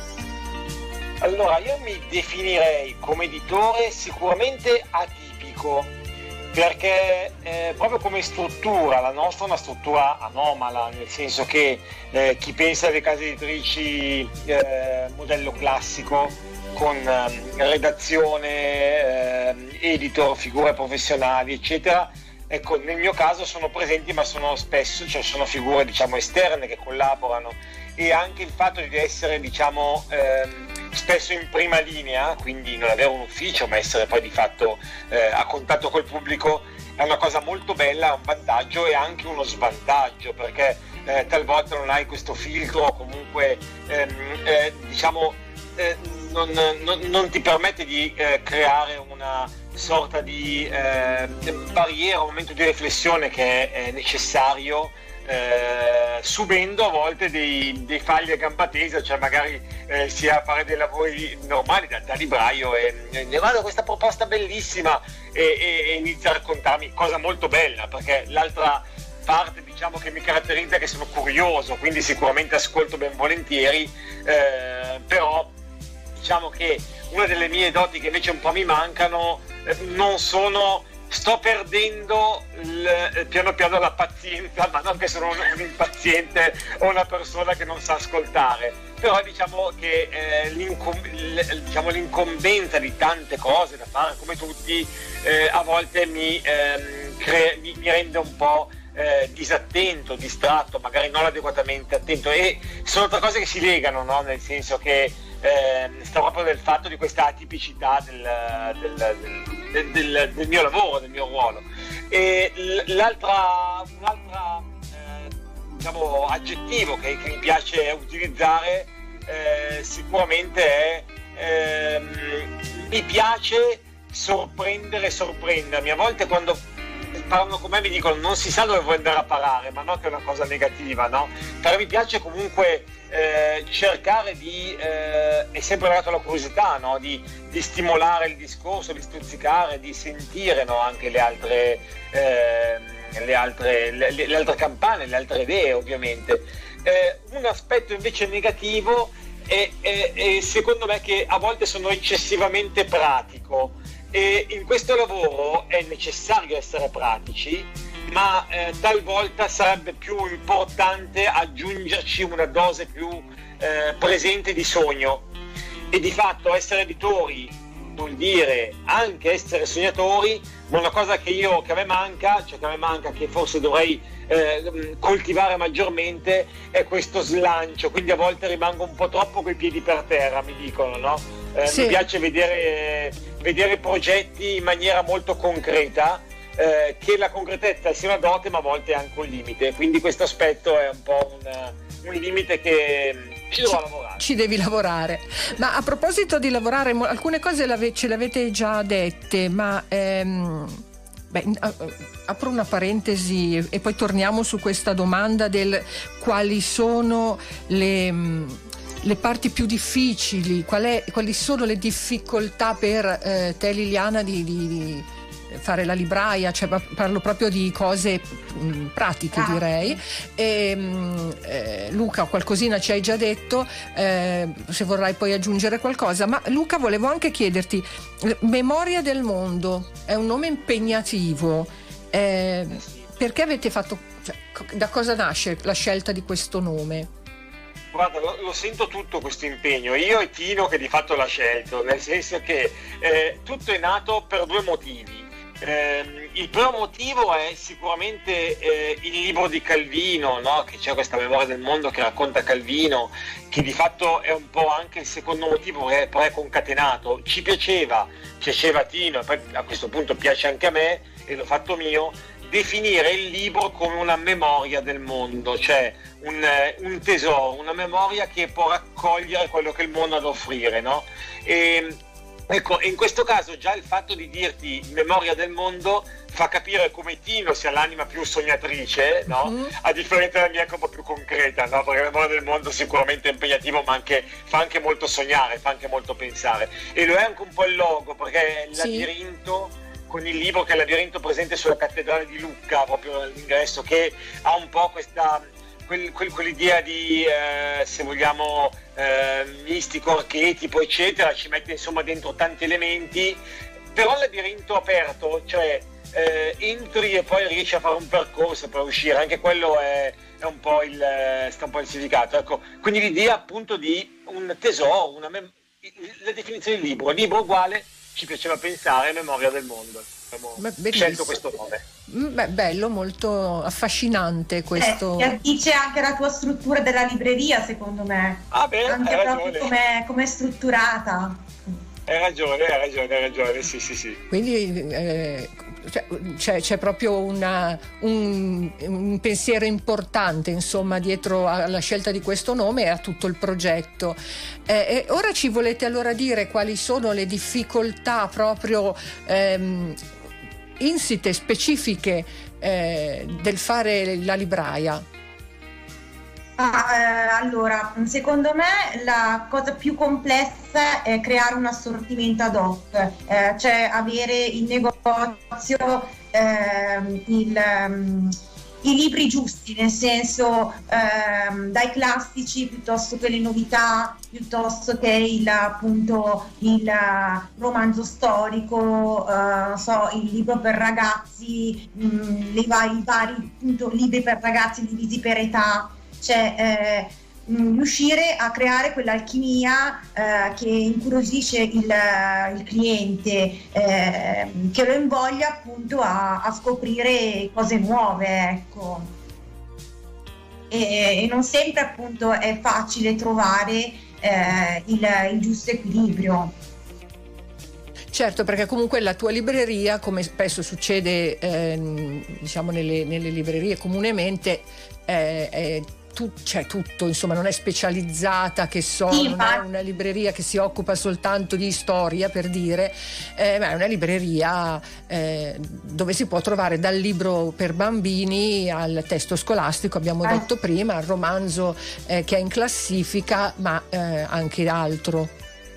Allora, io mi definirei come editore sicuramente atipico, perché eh, proprio come struttura, la nostra è una struttura anomala, nel senso che eh, chi pensa alle case editrici eh, modello classico, con eh, redazione, eh, editor, figure professionali, eccetera. Ecco, nel mio caso sono presenti, ma sono spesso, cioè sono figure diciamo esterne che collaborano, e anche il fatto di essere diciamo ehm, spesso in prima linea, quindi non avere un ufficio ma essere poi di fatto eh, a contatto col pubblico, è una cosa molto bella, è un vantaggio e anche uno svantaggio, perché eh, talvolta non hai questo filtro, o comunque ehm, eh, diciamo eh, non, non, non ti permette di eh, creare una sorta di eh, barriera, un momento di riflessione che è, è necessario, eh, subendo a volte dei, dei falli a gamba tesa, cioè magari eh, sia fare dei lavori normali da, da libraio e, e guarda questa proposta bellissima e, e, e inizia a raccontarmi cosa molto bella, perché l'altra parte diciamo che mi caratterizza è che sono curioso, quindi sicuramente ascolto ben volentieri, eh, però diciamo che una delle mie doti che invece un po' mi mancano, eh, non sono, sto perdendo il, piano piano la pazienza, ma non che sono un, un impaziente o una persona che non sa ascoltare, però diciamo che eh, l'incom- l- diciamo, l'incombenza di tante cose da fare come tutti eh, a volte mi, ehm, cre- mi, mi rende un po' Eh, disattento, distratto, magari non adeguatamente attento, e sono tre cose che si legano, no? Nel senso che eh, sta proprio del fatto di questa atipicità del, del, del, del, del mio lavoro, del mio ruolo. E l'altra, un'altra eh, diciamo, aggettivo che, che mi piace utilizzare eh, sicuramente è ehm, mi piace sorprendere e sorprendermi. A volte quando parlano con me mi dicono non si sa dove vuoi andare a parare, ma non che è una cosa negativa, no? Però mi piace comunque eh, cercare di, eh, è sempre legato alla curiosità, no? Di, di stimolare il discorso, di stuzzicare, di sentire, no? Anche le altre, eh, le, altre, le, le altre campane, le altre idee ovviamente. Eh, un aspetto invece negativo è, è, è secondo me che a volte sono eccessivamente pratico. E in questo lavoro è necessario essere pratici, ma eh, talvolta sarebbe più importante aggiungerci una dose più eh, presente di sogno. E di fatto essere editori vuol dire anche essere sognatori, ma una cosa che io che a me manca, cioè che a me manca, che forse dovrei eh, coltivare maggiormente, è questo slancio. Quindi a volte rimango un po' troppo coi piedi per terra, mi dicono, no? Eh, sì. Mi piace vedere, vedere progetti in maniera molto concreta, eh, che la concretezza sia una dote ma a volte è anche un limite, quindi questo aspetto è un po' un, un limite che ci devo lavorare. Ci devi lavorare. Ma a proposito di lavorare, alcune cose ce le avete già dette, ma ehm, beh, apro una parentesi e poi torniamo su questa domanda del quali sono le le parti più difficili, qual è, quali sono le difficoltà per eh, te Liliana di, di, di fare la libraia, cioè parlo proprio di cose mh, pratiche, ah. direi. E, mh, eh, Luca qualcosina ci hai già detto, eh, se vorrai poi aggiungere qualcosa, ma Luca volevo anche chiederti, Memoria del Mondo è un nome impegnativo, eh, perché avete fatto, cioè, da cosa nasce la scelta di questo nome? Guarda, lo, lo sento tutto questo impegno, io e Tino che di fatto l'ha scelto, nel senso che eh, tutto è nato per due motivi. Eh, il primo motivo è sicuramente eh, il libro di Calvino, no? Che c'è questa Memoria del Mondo che racconta Calvino, che di fatto è un po' anche il secondo motivo, che però è concatenato. Ci piaceva, piaceva a Tino, e poi a questo punto piace anche a me e l'ho fatto mio, definire il libro come una memoria del mondo, cioè un, un tesoro, una memoria che può raccogliere quello che il mondo ha da offrire, no? E, ecco, in questo caso già il fatto di dirti memoria del mondo fa capire come Tino sia l'anima più sognatrice, no? Mm-hmm. A differenza della mia che è un po' più concreta, no? Perché la memoria del mondo sicuramente è impegnativo, ma anche, fa anche molto sognare, fa anche molto pensare. E lo è anche un po' il logo, perché il sì. labirinto, con il libro che è il labirinto presente sulla cattedrale di Lucca, proprio all'ingresso, che ha un po' questa quel, quel, quell'idea di eh, se vogliamo eh, mistico, archetipo eccetera, ci mette insomma dentro tanti elementi, però il labirinto aperto, cioè eh, entri e poi riesci a fare un percorso per uscire, anche quello è, è un po' il sta un po' il significato, ecco. Quindi l'idea appunto di un tesoro, una mem- la definizione del libro, libro uguale, ci piaceva pensare, Memoria del Mondo. Abbiamo Beh, scelto questo nome. Beh, bello, molto affascinante questo. Eh, dice anche la tua struttura della libreria, secondo me. Ah, beh, anche proprio come è strutturata. Hai ragione, hai ragione, hai ragione, sì, sì, sì. Quindi eh, cioè, c'è, c'è proprio una, un, un pensiero importante, insomma, dietro alla scelta di questo nome e a tutto il progetto. Eh, e ora ci volete allora dire quali sono le difficoltà proprio ehm, insite, specifiche eh, del fare la libraia? Ah, eh, allora, secondo me la cosa più complessa è creare un assortimento ad hoc, eh, cioè avere in negozio eh, il, um, i libri giusti, nel senso eh, dai classici piuttosto che le novità, piuttosto che il, appunto, il romanzo storico, eh, so, il libro per ragazzi, mh, i vari, i vari appunto, libri per ragazzi divisi per età. Cioè eh, mh, riuscire a creare quell'alchimia eh, che incuriosisce il, il cliente, eh, che lo invoglia appunto a, a scoprire cose nuove, ecco. E, e non sempre appunto è facile trovare eh, il, il giusto equilibrio. Certo, perché comunque la tua libreria, come spesso succede eh, diciamo nelle, nelle librerie comunemente, eh, è tu, c'è tutto, insomma, non è specializzata, che so, Sì, non ma... è una libreria che si occupa soltanto di storia, per dire, eh, ma è una libreria eh, dove si può trovare dal libro per bambini al testo scolastico, abbiamo ah. detto prima, al romanzo eh, che è in classifica, ma eh, anche altro.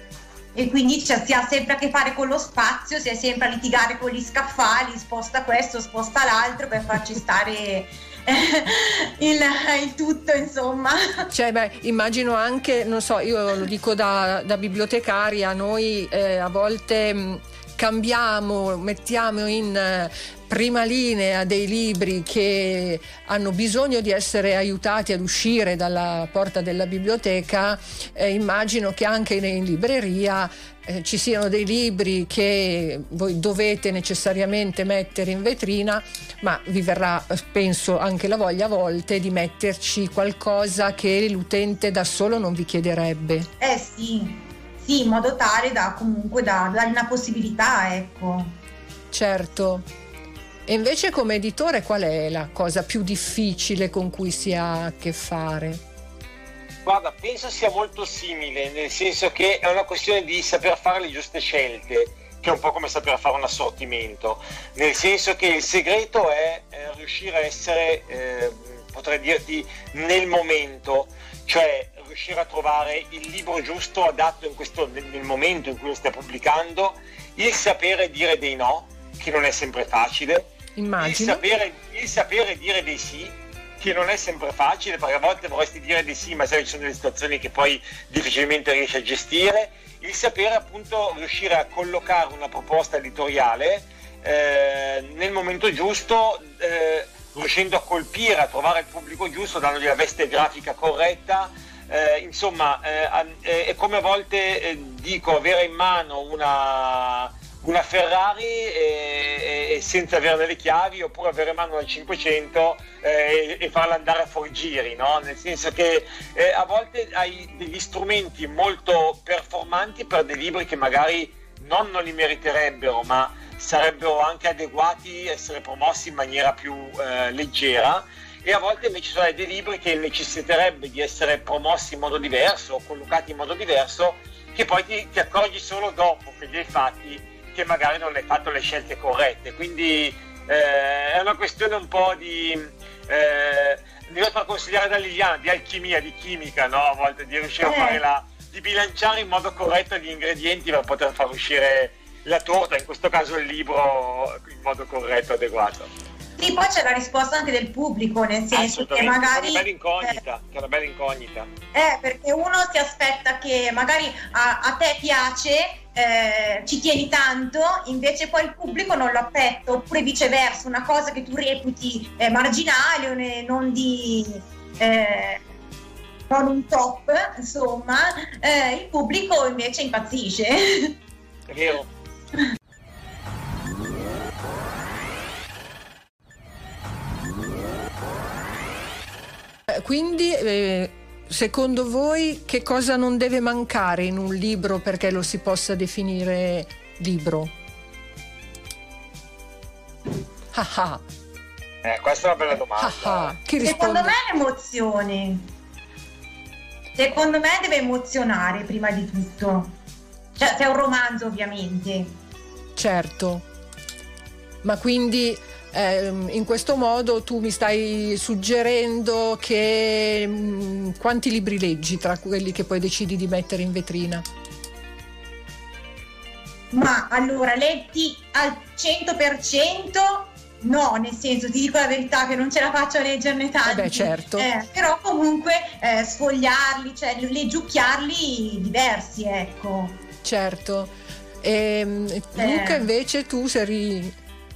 E quindi cioè, si ha sempre a che fare con lo spazio, si è sempre a litigare con gli scaffali, sposta questo, sposta l'altro per farci stare il, il tutto, insomma. Cioè, beh, immagino anche, non so, io lo dico da, da bibliotecaria, noi eh, a volte mh, cambiamo, mettiamo in eh, prima linea dei libri che hanno bisogno di essere aiutati ad uscire dalla porta della biblioteca. Eh, immagino che anche in, in libreria eh, ci siano dei libri che voi dovete necessariamente mettere in vetrina, ma vi verrà, penso, anche la voglia a volte di metterci qualcosa che l'utente da solo non vi chiederebbe. Eh sì, sì, in modo tale da comunque da dare una possibilità, ecco. Certo. E invece come editore qual è la cosa più difficile con cui si ha a che fare? Guarda, penso sia molto simile, nel senso che è una questione di saper fare le giuste scelte, che è un po' come saper fare un assortimento, nel senso che il segreto è eh, riuscire a essere, eh, potrei dirti, nel momento, cioè riuscire a trovare il libro giusto, adatto in questo, nel momento in cui lo stai pubblicando, il sapere dire dei no, che non è sempre facile, Immagino. Il, sapere, il sapere dire dei sì, che non è sempre facile, perché a volte vorresti dire dei sì, ma sai, ci sono delle situazioni che poi difficilmente riesci a gestire, il sapere appunto riuscire a collocare una proposta editoriale eh, nel momento giusto, eh, riuscendo a colpire, a trovare il pubblico giusto, dandogli la veste grafica corretta. Eh, insomma, eh, è come a volte eh, dico, avere in mano una, una Ferrari e, e senza averne le chiavi, oppure avere in mano una cinquecento eh, e, e farla andare a fuori giri, no? Nel senso che eh, a volte hai degli strumenti molto performanti per dei libri che magari non, non li meriterebbero, ma sarebbero anche adeguati a essere promossi in maniera più eh, leggera. E a volte invece sono dei libri che necessiterebbe di essere promossi in modo diverso o collocati in modo diverso, che poi ti, ti accorgi solo dopo che li hai fatti, che magari non hai fatto le scelte corrette. Quindi eh, è una questione un po' di eh, mi devo far consigliare da Liliana, di alchimia, di chimica, no? A volte di riuscire a fare la, di bilanciare in modo corretto gli ingredienti per poter far uscire la torta, in questo caso il libro, in modo corretto, adeguato. Sì, poi c'è la risposta anche del pubblico, nel senso che magari... È una bella incognita, eh, è una bella incognita. Eh, perché uno si aspetta che magari a, a te piace, eh, ci tieni tanto, invece poi il pubblico non lo aspetta, oppure viceversa, una cosa che tu reputi eh, marginale o ne, non di... Eh, non un top, insomma, eh, il pubblico invece impazzisce. È vero. Quindi eh, secondo voi che cosa non deve mancare in un libro perché lo si possa definire libro? Ah ah. Eh, questa è una bella domanda. Ah ah. Chi risponde? Secondo me l'emozione. Secondo me deve emozionare prima di tutto. Cioè, se è un romanzo, ovviamente. Certo. Ma quindi eh, in questo modo tu mi stai suggerendo che mh, quanti libri leggi tra quelli che poi decidi di mettere in vetrina? Ma allora, letti al cento per cento no, nel senso, ti dico la verità che non ce la faccio a leggerne tanti. Eh beh, certo. Eh, però comunque eh, sfogliarli, cioè leggiucchiarli diversi, ecco. Certo. E, Luca, eh. invece tu sei...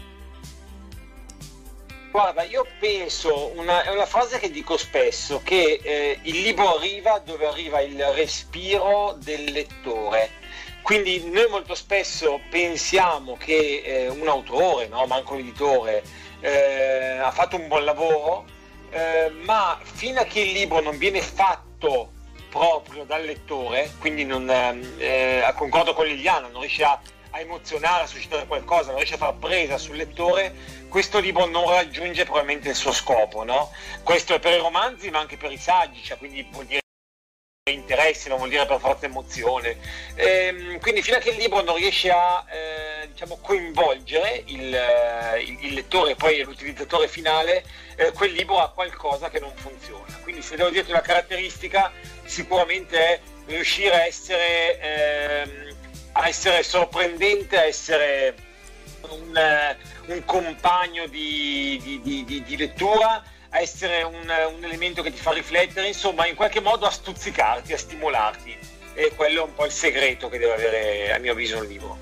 Guarda, io penso, una, è una frase che dico spesso, che eh, il libro arriva dove arriva il respiro del lettore. Quindi noi molto spesso pensiamo che eh, un autore, no, ma anche un editore, eh, ha fatto un buon lavoro, eh, ma fino a che il libro non viene fatto proprio dal lettore, quindi non, eh, concordo con Liliana, non riesce a, a emozionare, a suscitare qualcosa, non riesce a far presa sul lettore, questo libro non raggiunge probabilmente il suo scopo, no? Questo è per i romanzi ma anche per i saggi, cioè quindi vuol dire interessi, non vuol dire per forza emozione, ehm, quindi fino a che il libro non riesce a eh, diciamo coinvolgere il, il, il lettore e poi l'utilizzatore finale, eh, quel libro ha qualcosa che non funziona. Quindi se devo dirti una caratteristica, sicuramente è riuscire a essere ehm, a essere sorprendente, a essere un, un compagno di, di, di, di, di lettura, a essere un, un elemento che ti fa riflettere, insomma in qualche modo a stuzzicarti, a stimolarti, e quello è un po' il segreto che deve avere a mio avviso un libro.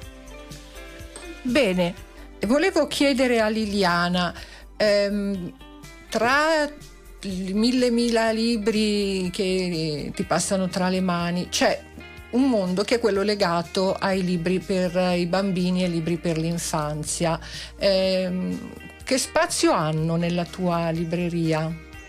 Bene, volevo chiedere a Liliana, ehm, tra i mille mila libri che ti passano tra le mani c'è un mondo che è quello legato ai libri per i bambini e libri per l'infanzia. Ehm, che spazio hanno nella tua libreria?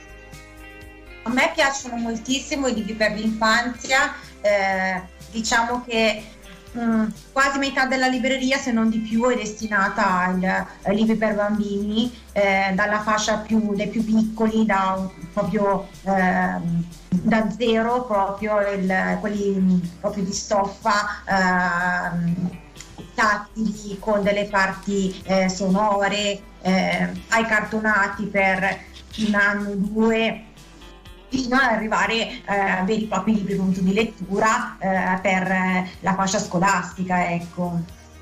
A me piacciono moltissimo i libri per l'infanzia, eh, diciamo che mh, quasi metà della libreria, se non di più, è destinata ai, ai libri per bambini, eh, dalla fascia più, dei più piccoli, da proprio eh, da zero, proprio il, quelli proprio di stoffa, eh, tattili con delle parti eh, sonore, eh, ai cartonati per un anno o due, fino ad arrivare eh, a veri e propri libri appunto di lettura eh, per eh, la fascia scolastica, ecco.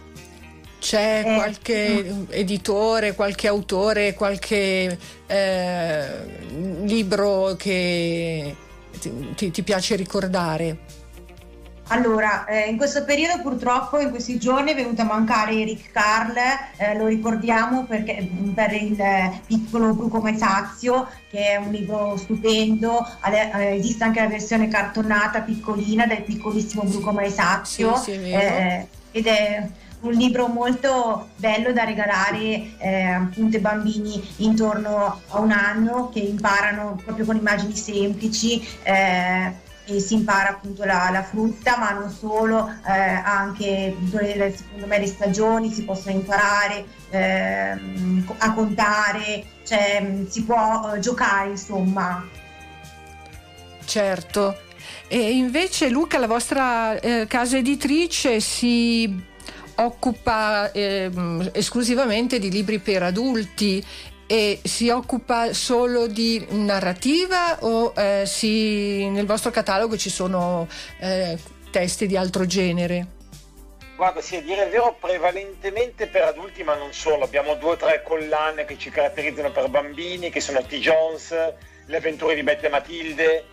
C'è Eh, qualche mm. editore, qualche autore, qualche eh, libro che ti, ti, ti piace ricordare? Allora, eh, in questo periodo purtroppo, in questi giorni, è venuto a mancare Eric Carle, eh, lo ricordiamo perché, per il eh, piccolo Bruco Maesazio, che è un libro stupendo. Ale, eh, esiste anche la versione cartonata piccolina del piccolissimo Bruco Maesazio, sì, sì, è vero. eh, ed è un libro molto bello da regalare eh, appunto ai bambini intorno a un anno, che imparano proprio con immagini semplici, eh, e si impara appunto la, la frutta, ma non solo, eh, anche secondo me le stagioni si possono imparare eh, a contare, cioè si può eh, giocare, insomma. Certo. E invece Luca, la vostra eh, casa editrice si occupa eh, esclusivamente di libri per adulti e si occupa solo di narrativa o eh, si, nel vostro catalogo ci sono eh, testi di altro genere? Guarda, sì, a dire il vero, prevalentemente per adulti, ma non solo. Abbiamo due o tre collane che ci caratterizzano per bambini, che sono T. Jones, Le avventure di Bette e Matilde,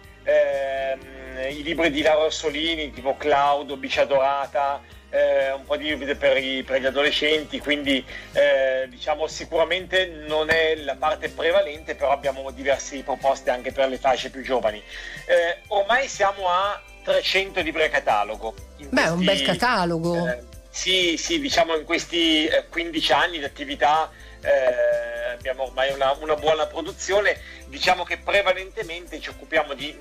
ehm, i libri di Laura Orsolini tipo Claudio, Bici Adorata, Eh, un po' di libri per, i, per gli adolescenti, quindi eh, diciamo sicuramente non è la parte prevalente, però abbiamo diverse proposte anche per le fasce più giovani. Eh, ormai siamo a trecento libri a catalogo. Beh, questi, è un bel catalogo. Eh, sì, sì, diciamo in questi eh, quindici anni di attività eh, abbiamo ormai una, una buona produzione. Diciamo che prevalentemente ci occupiamo di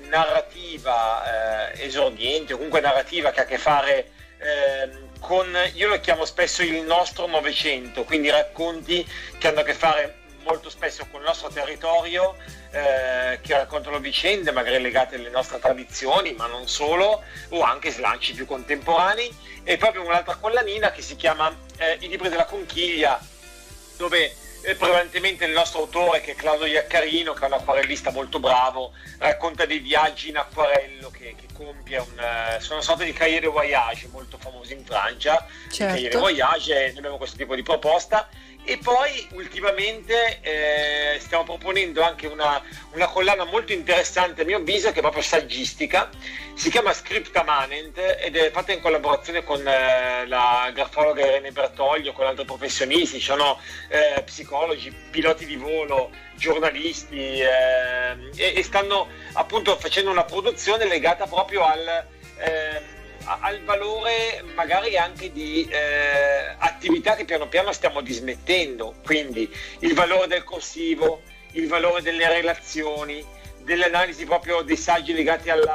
narrativa eh, esordiente, o comunque narrativa che ha a che fare Eh, con, io lo chiamo spesso il nostro Novecento, quindi racconti che hanno a che fare molto spesso con il nostro territorio, eh, che raccontano vicende magari legate alle nostre tradizioni, ma non solo, o anche slanci più contemporanei. E poi abbiamo un'altra collanina che si chiama eh, I libri della conchiglia, dove eh, prevalentemente il nostro autore, che è Claudio Iaccarino, che è un acquarellista molto bravo, racconta dei viaggi in acquarello che, che compie, un, uh, sono una sorta di cahiers de voyage molto famosi in Francia. Certo. I cahiers de voyage, noi abbiamo questo tipo di proposta. E poi ultimamente eh, stiamo proponendo anche una, una collana molto interessante a mio avviso, che è proprio saggistica, si chiama Scripta Manent ed è fatta in collaborazione con eh, la grafologa Irene Bertoglio, con altri professionisti, ci sono eh, psicologi, piloti di volo, giornalisti eh, e, e stanno appunto facendo una produzione legata proprio al... Eh, al valore magari anche di eh, attività che piano piano stiamo dismettendo, quindi il valore del corsivo, il valore delle relazioni, delle analisi proprio dei saggi legati alla,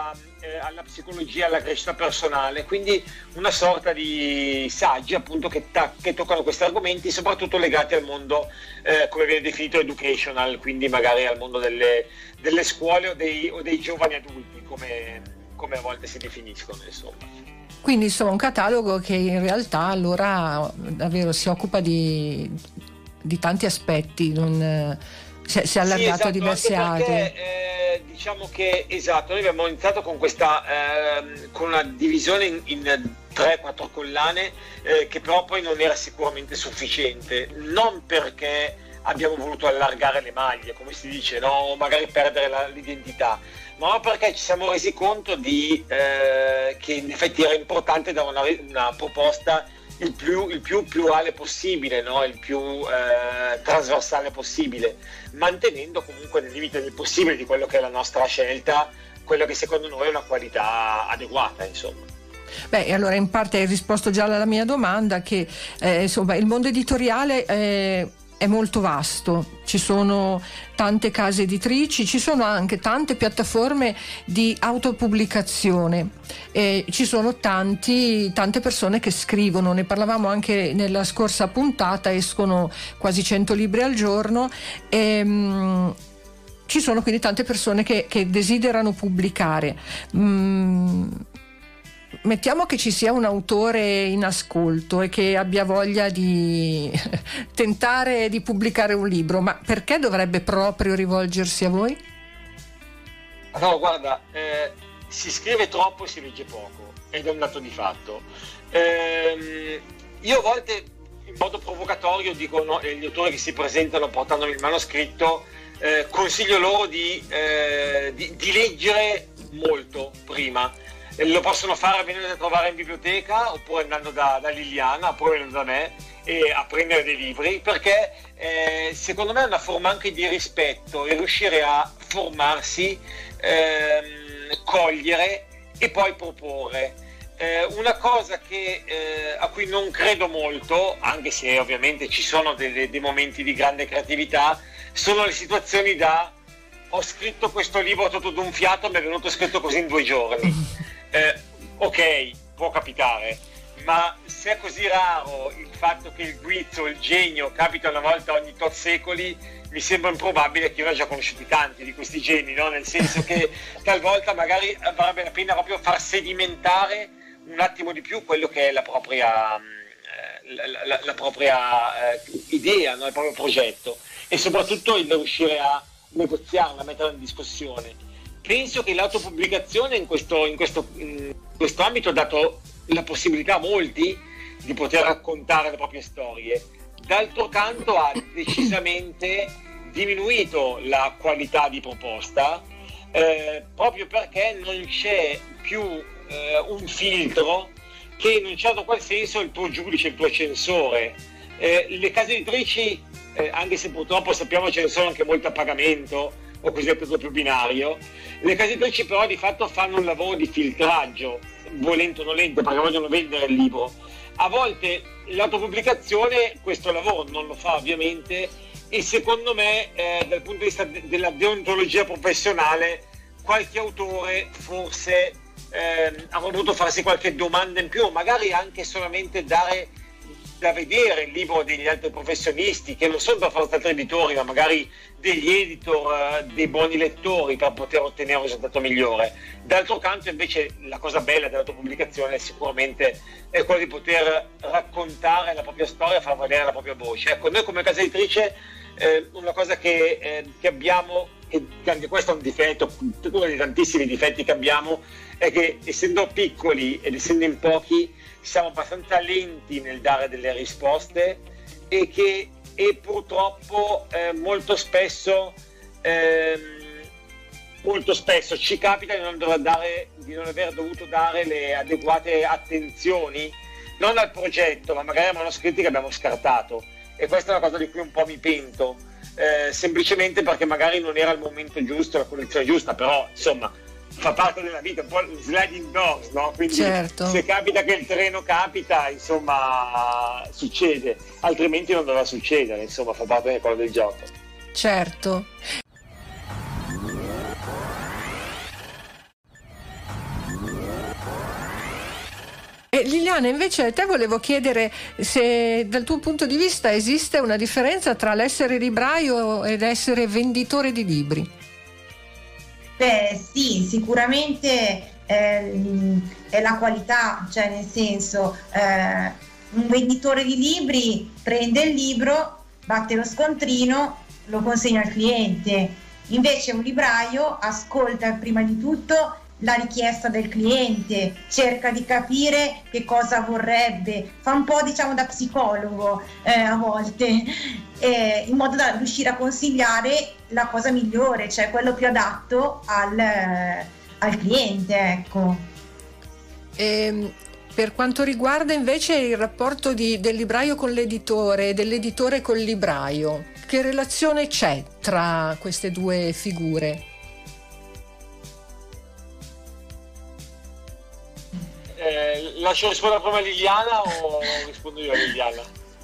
eh, alla psicologia, alla crescita personale, quindi una sorta di saggi appunto che, ta- che toccano questi argomenti, soprattutto legati al mondo, eh, come viene definito, educational, quindi magari al mondo delle, delle scuole o dei, o dei giovani adulti, come, come a volte si definiscono, insomma. Quindi insomma un catalogo che in realtà allora davvero si occupa di, di tanti aspetti, non, si, si è allargato sì, esatto, a diverse anche perché, aree. Eh, diciamo che esatto, noi abbiamo iniziato con questa eh, con una divisione in, in tre quattro collane, eh, che però poi non era sicuramente sufficiente, non perché abbiamo voluto allargare le maglie, come si dice, no? Magari perdere la, l'identità, ma perché ci siamo resi conto di, eh, che in effetti era importante dare una, una proposta il più, il più plurale possibile, no? Il più eh, trasversale possibile, mantenendo comunque nel limite del possibile di quello che è la nostra scelta, quello che secondo noi è una qualità adeguata, insomma. Beh, allora in parte hai risposto già alla mia domanda, che eh, insomma il mondo editoriale eh, è molto vasto, ci sono tante case editrici, ci sono anche tante piattaforme di autopubblicazione, e ci sono tanti, tante persone che scrivono, ne parlavamo anche nella scorsa puntata, escono quasi cento libri al giorno e mh, ci sono quindi tante persone che, che desiderano pubblicare. Mm, mettiamo che ci sia un autore in ascolto e che abbia voglia di tentare di pubblicare un libro, ma perché dovrebbe proprio rivolgersi a voi? No, guarda, eh, si scrive troppo e si legge poco, ed è un dato di fatto. Eh, io a volte, in modo provocatorio, dico no, agli autori che si presentano portandomi il manoscritto, eh, consiglio loro di, eh, di, di leggere molto prima. Lo possono fare venendo a trovare in biblioteca, oppure andando da, da Liliana, oppure venendo da me e a prendere dei libri, perché eh, secondo me è una forma anche di rispetto, e riuscire a formarsi, ehm, cogliere e poi proporre. Eh, una cosa che, eh, a cui non credo molto, anche se ovviamente ci sono dei, dei momenti di grande creatività, sono le situazioni da ho scritto questo libro tutto d'un fiato, mi è venuto scritto così in due giorni. Eh, ok, può capitare, ma se è così raro il fatto che il guizzo, il genio capita una volta ogni tot secoli, mi sembra improbabile che io ne ho già conosciuti tanti di questi geni, no? Nel senso che talvolta magari varrebbe la pena proprio far sedimentare un attimo di più quello che è la propria, eh, la, la, la propria eh, idea, no? Il proprio progetto, e soprattutto il riuscire a negoziarla, a metterla in discussione. Penso che l'autopubblicazione in questo, in, questo, in questo ambito ha dato la possibilità a molti di poter raccontare le proprie storie. D'altro canto ha decisamente diminuito la qualità di proposta, eh, proprio perché non c'è più eh, un filtro che in un certo qual senso è il tuo giudice, il tuo censore. Eh, le case editrici, eh, anche se purtroppo sappiamo ce ne sono anche molte a pagamento, o cosiddetto doppio binario, le case editrici però di fatto fanno un lavoro di filtraggio, volente o nolente, perché vogliono vendere il libro. A volte l'autopubblicazione questo lavoro non lo fa ovviamente, e secondo me eh, dal punto di vista de- della deontologia professionale qualche autore forse eh, avrà dovuto farsi qualche domanda in più, magari anche solamente dare da vedere il libro degli altri professionisti, che non sono per forza altri editori, ma magari degli editor, dei buoni lettori, per poter ottenere un risultato migliore. D'altro canto invece la cosa bella dell'autopubblicazione sicuramente è quella di poter raccontare la propria storia, far valere la propria voce. Ecco, noi come casa editrice eh, una cosa che, eh, che abbiamo, che anche questo è un difetto, uno dei tantissimi difetti che abbiamo, è che essendo piccoli ed essendo in pochi siamo abbastanza lenti nel dare delle risposte, e che e purtroppo eh, molto spesso ehm, molto spesso ci capita di non dover dare, di non aver dovuto dare le adeguate attenzioni non al progetto, ma magari ai manoscritti che abbiamo scartato, e questa è una cosa di cui un po' mi pento, eh, semplicemente perché magari non era il momento giusto, la condizione giusta, però insomma fa parte della vita, un po' sliding doors, no? Quindi certo, se capita che il treno capita, insomma succede, altrimenti non dovrà succedere, insomma fa parte del quello del gioco. Certo. Liliana, invece a te volevo chiedere se dal tuo punto di vista esiste una differenza tra l'essere libraio ed essere venditore di libri. Beh sì, sicuramente eh, è la qualità, cioè nel senso eh, un venditore di libri prende il libro, batte lo scontrino, lo consegna al cliente, invece un libraio ascolta prima di tutto la richiesta del cliente, cerca di capire che cosa vorrebbe, fa un po' diciamo da psicologo eh, a volte, eh, in modo da riuscire a consigliare la cosa migliore, cioè quello più adatto al, eh, al cliente, ecco. E, per quanto riguarda invece il rapporto di, del libraio con l'editore e dell'editore col libraio, che relazione c'è tra queste due figure? Eh, lascio rispondere prima a Liliana o rispondo io a Liliana?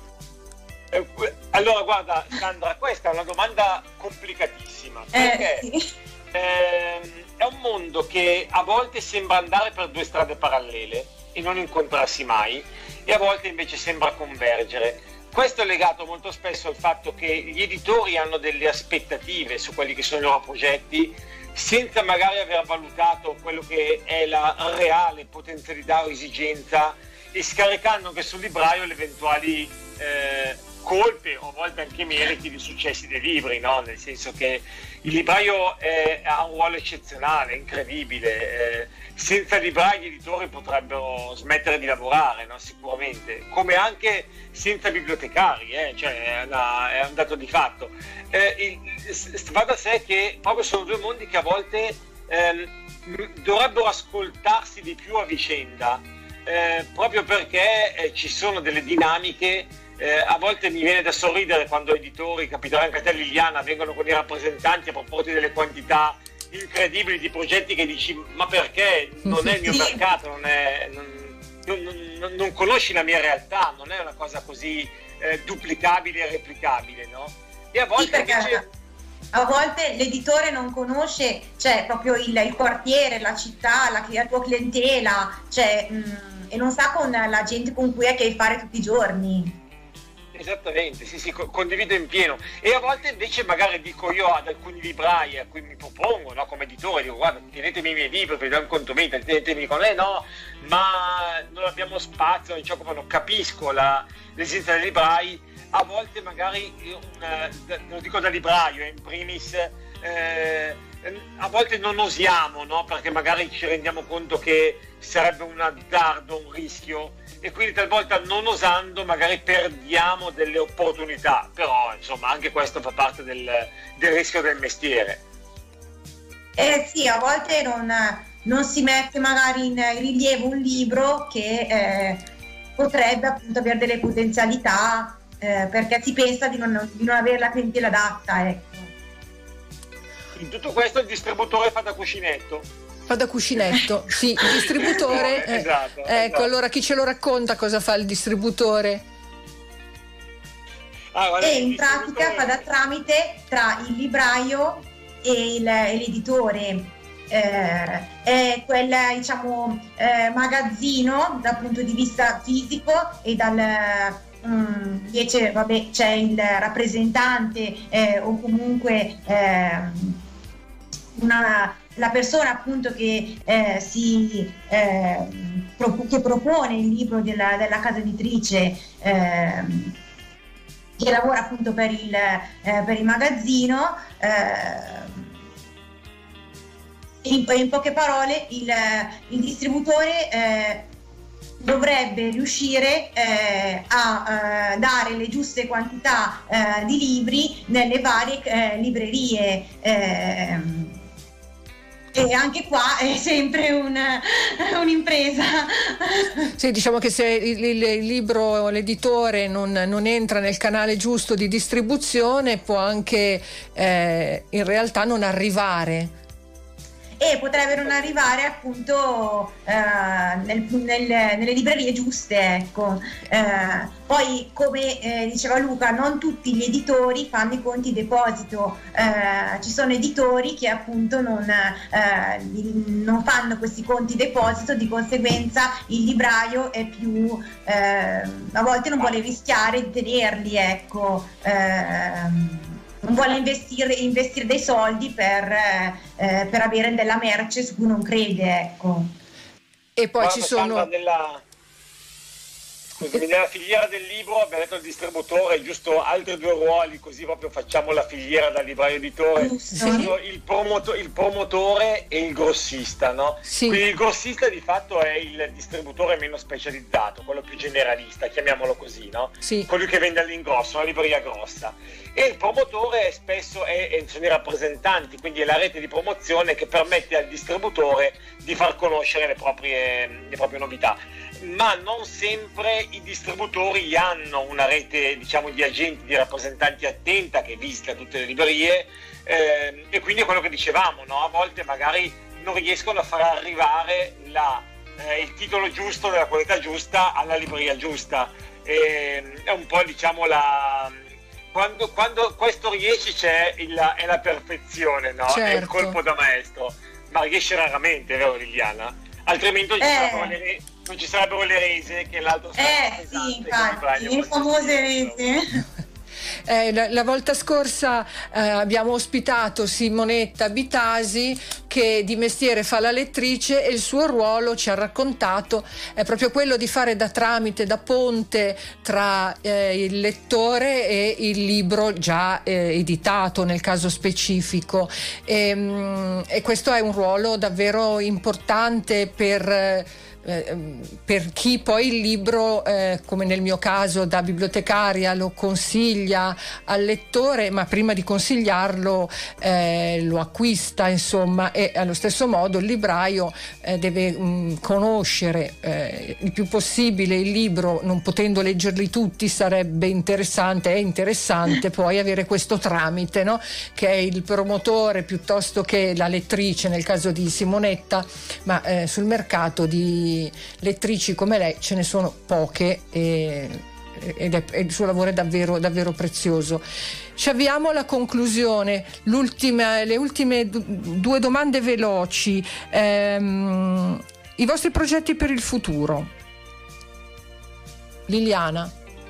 Eh, allora guarda Sandra, questa è una domanda complicatissima perché eh, sì. ehm, è un mondo che a volte sembra andare per due strade parallele e non incontrarsi mai, e a volte invece sembra convergere. Questo è legato molto spesso al fatto che gli editori hanno delle aspettative su quelli che sono i loro progetti, senza magari aver valutato quello che è la reale potenzialità o esigenza, e scaricando anche sul libraio le eventuali eh, colpe o a volte anche meriti di successi dei libri, no? Nel senso che il libraio è, ha un ruolo eccezionale, incredibile. Eh, senza libraio gli editori potrebbero smettere di lavorare, no? Sicuramente, come anche senza bibliotecari, eh? Cioè, è, una, è un dato di fatto. Eh, il, va da sé che proprio sono due mondi che a volte ehm, dovrebbero ascoltarsi di più a vicenda, eh, proprio perché eh, ci sono delle dinamiche. Eh, a volte mi viene da sorridere quando editori, capiterà anche a te Liliana, vengono con i rappresentanti a proporti delle quantità incredibili di progetti che dici ma perché? Non è il mio mercato, non, è, non, non, non, non conosci la mia realtà, non è una cosa così eh, duplicabile e replicabile, no? E a volte sì, invece... a volte l'editore non conosce, cioè proprio il, il quartiere, la città, la, la tua clientela, cioè, mh, e non sa con la gente con cui hai a che fare tutti i giorni. Esattamente, sì, sì, condivido in pieno. E a volte invece magari dico io ad alcuni librai a cui mi propongo, no, come editore, dico guarda, tenetemi i miei libri per dare un conto, tenetemi con lei, no, ma non abbiamo spazio, non ci occupano, capisco la, l'esigenza dei librai. A volte magari, una, lo dico da libraio, in primis, eh, a volte non osiamo, no, perché magari ci rendiamo conto che sarebbe un azzardo, un rischio, e quindi talvolta non osando magari perdiamo delle opportunità, però insomma anche questo fa parte del, del rischio del mestiere. Eh sì, a volte non, non si mette magari in rilievo un libro che eh, potrebbe appunto avere delle potenzialità, eh, perché si pensa di non, di non avere la clientela adatta, ecco. In tutto questo il distributore fa da cuscinetto. Fa da cuscinetto, sì, il distributore. Eh, esatto, ecco, esatto. Allora chi ce lo racconta cosa fa il distributore? Ah, guarda, e in pratica fa da tramite tra il libraio e, il, e l'editore. Eh, è quel diciamo eh, magazzino dal punto di vista fisico, e dal um, invece vabbè, c'è il rappresentante eh, o comunque eh, una la persona appunto che eh, si eh, pro, che propone il libro della, della casa editrice, eh, che lavora appunto per il, eh, per il magazzino, eh, in, in poche parole il, il distributore eh, dovrebbe riuscire eh, a eh, dare le giuste quantità eh, di libri nelle varie eh, librerie. Eh, E anche qua è sempre un, un'impresa. Sì, diciamo che se il, il libro, l'editore non, non entra nel canale giusto di distribuzione, può anche eh, in realtà non arrivare. E potrebbe non arrivare appunto eh, nel, nel, nelle librerie giuste, ecco. Eh, poi come eh, diceva Luca, non tutti gli editori fanno i conti deposito, eh, ci sono editori che appunto non, eh, non fanno hanno questi conti deposito, di conseguenza il libraio è più eh, a volte non vuole rischiare di tenerli, ecco, ehm, non vuole investire, investire dei soldi per, eh, per avere della merce su cui non crede, ecco. E poi Guarda, ci sono della... Scusami, nella filiera del libro abbiamo detto il distributore, giusto altri due ruoli, così proprio facciamo la filiera da libraio editore. Sì. Il, promoto- il promotore e il grossista, no? Sì. Quindi il grossista di fatto è il distributore meno specializzato, quello più generalista, chiamiamolo così, no? Sì. Colui che vende all'ingrosso, una libreria grossa. E il promotore spesso è, è, sono i rappresentanti, quindi è la rete di promozione che permette al distributore di far conoscere le proprie, le proprie novità. Ma non sempre i distributori hanno una rete, diciamo, di agenti, di rappresentanti attenta che visita tutte le librerie, eh, e quindi è quello che dicevamo, no? A volte magari non riescono a far arrivare la, eh, il titolo giusto della qualità giusta alla libreria giusta. Eh, è un po', diciamo, la... Quando, quando questo riesce c'è il, è la perfezione, no? Certo. È il colpo da maestro, ma riesce raramente, vero Liliana? Altrimenti non ci, Eh. sarebbero le, non ci sarebbero le rese, che è l'altro Eh sì, infatti, le famose rese. Eh, la, la volta scorsa eh, abbiamo ospitato Simonetta Bitasi, che di mestiere fa la lettrice, e il suo ruolo, ci ha raccontato, è proprio quello di fare da tramite, da ponte tra eh, il lettore e il libro già eh, editato nel caso specifico, e, mh, e questo è un ruolo davvero importante per eh, per chi poi il libro, eh, come nel mio caso da bibliotecaria, lo consiglia al lettore, ma prima di consigliarlo eh, lo acquista, insomma. E allo stesso modo il libraio eh, deve mh, conoscere eh, il più possibile il libro, non potendo leggerli tutti sarebbe interessante, è interessante poi avere questo tramite, no? Che è il promotore piuttosto che la lettrice nel caso di Simonetta, ma eh, sul mercato di lettrici come lei ce ne sono poche, e, ed è, e il suo lavoro è davvero, davvero prezioso. Ci avviamo alla conclusione. L'ultima, le ultime due domande veloci. Ehm, i vostri progetti per il futuro, Liliana?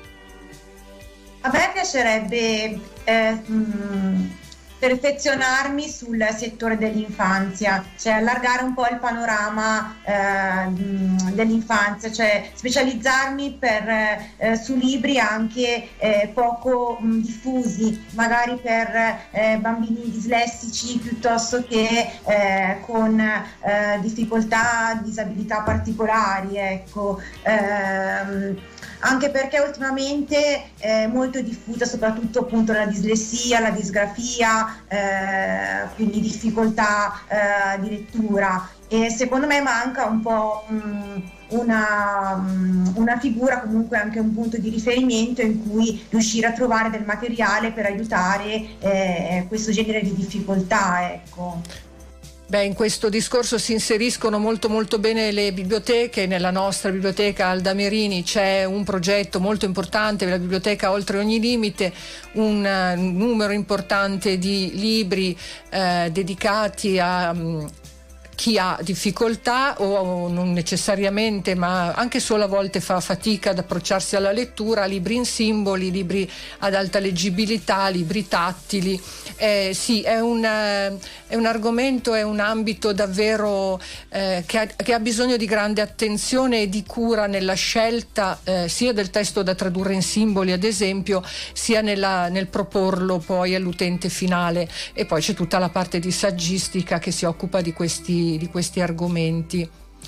A me piacerebbe eh, mh, perfezionarmi sul settore dell'infanzia, cioè allargare un po' il panorama eh, dell'infanzia, cioè specializzarmi per, eh, su libri anche eh, poco mh, diffusi, magari per eh, bambini dislessici piuttosto che eh, con eh, difficoltà, disabilità particolari, ecco. Ehm, anche perché ultimamente è molto diffusa soprattutto appunto la dislessia, la disgrafia, eh, quindi difficoltà eh, di lettura, e secondo me manca un po' mh, una, mh, una figura, comunque anche un punto di riferimento in cui riuscire a trovare del materiale per aiutare eh, questo genere di difficoltà, ecco. Beh, in questo discorso si inseriscono molto molto bene le biblioteche. Nella nostra biblioteca Alda Merini c'è un progetto molto importante, la biblioteca Oltre ogni limite, un uh, numero importante di libri eh, dedicati a um, chi ha difficoltà o non necessariamente, ma anche solo a volte fa fatica ad approcciarsi alla lettura, libri in simboli, libri ad alta leggibilità, libri tattili. Eh, sì, è un, è un argomento, è un ambito davvero eh, che, ha, che ha bisogno di grande attenzione e di cura nella scelta eh, sia del testo da tradurre in simboli, ad esempio, sia nella, nel proporlo poi all'utente finale. E poi c'è tutta la parte di saggistica che si occupa di questi di questi argomenti.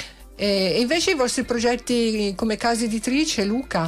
E invece i vostri progetti come casa editrice, Luca?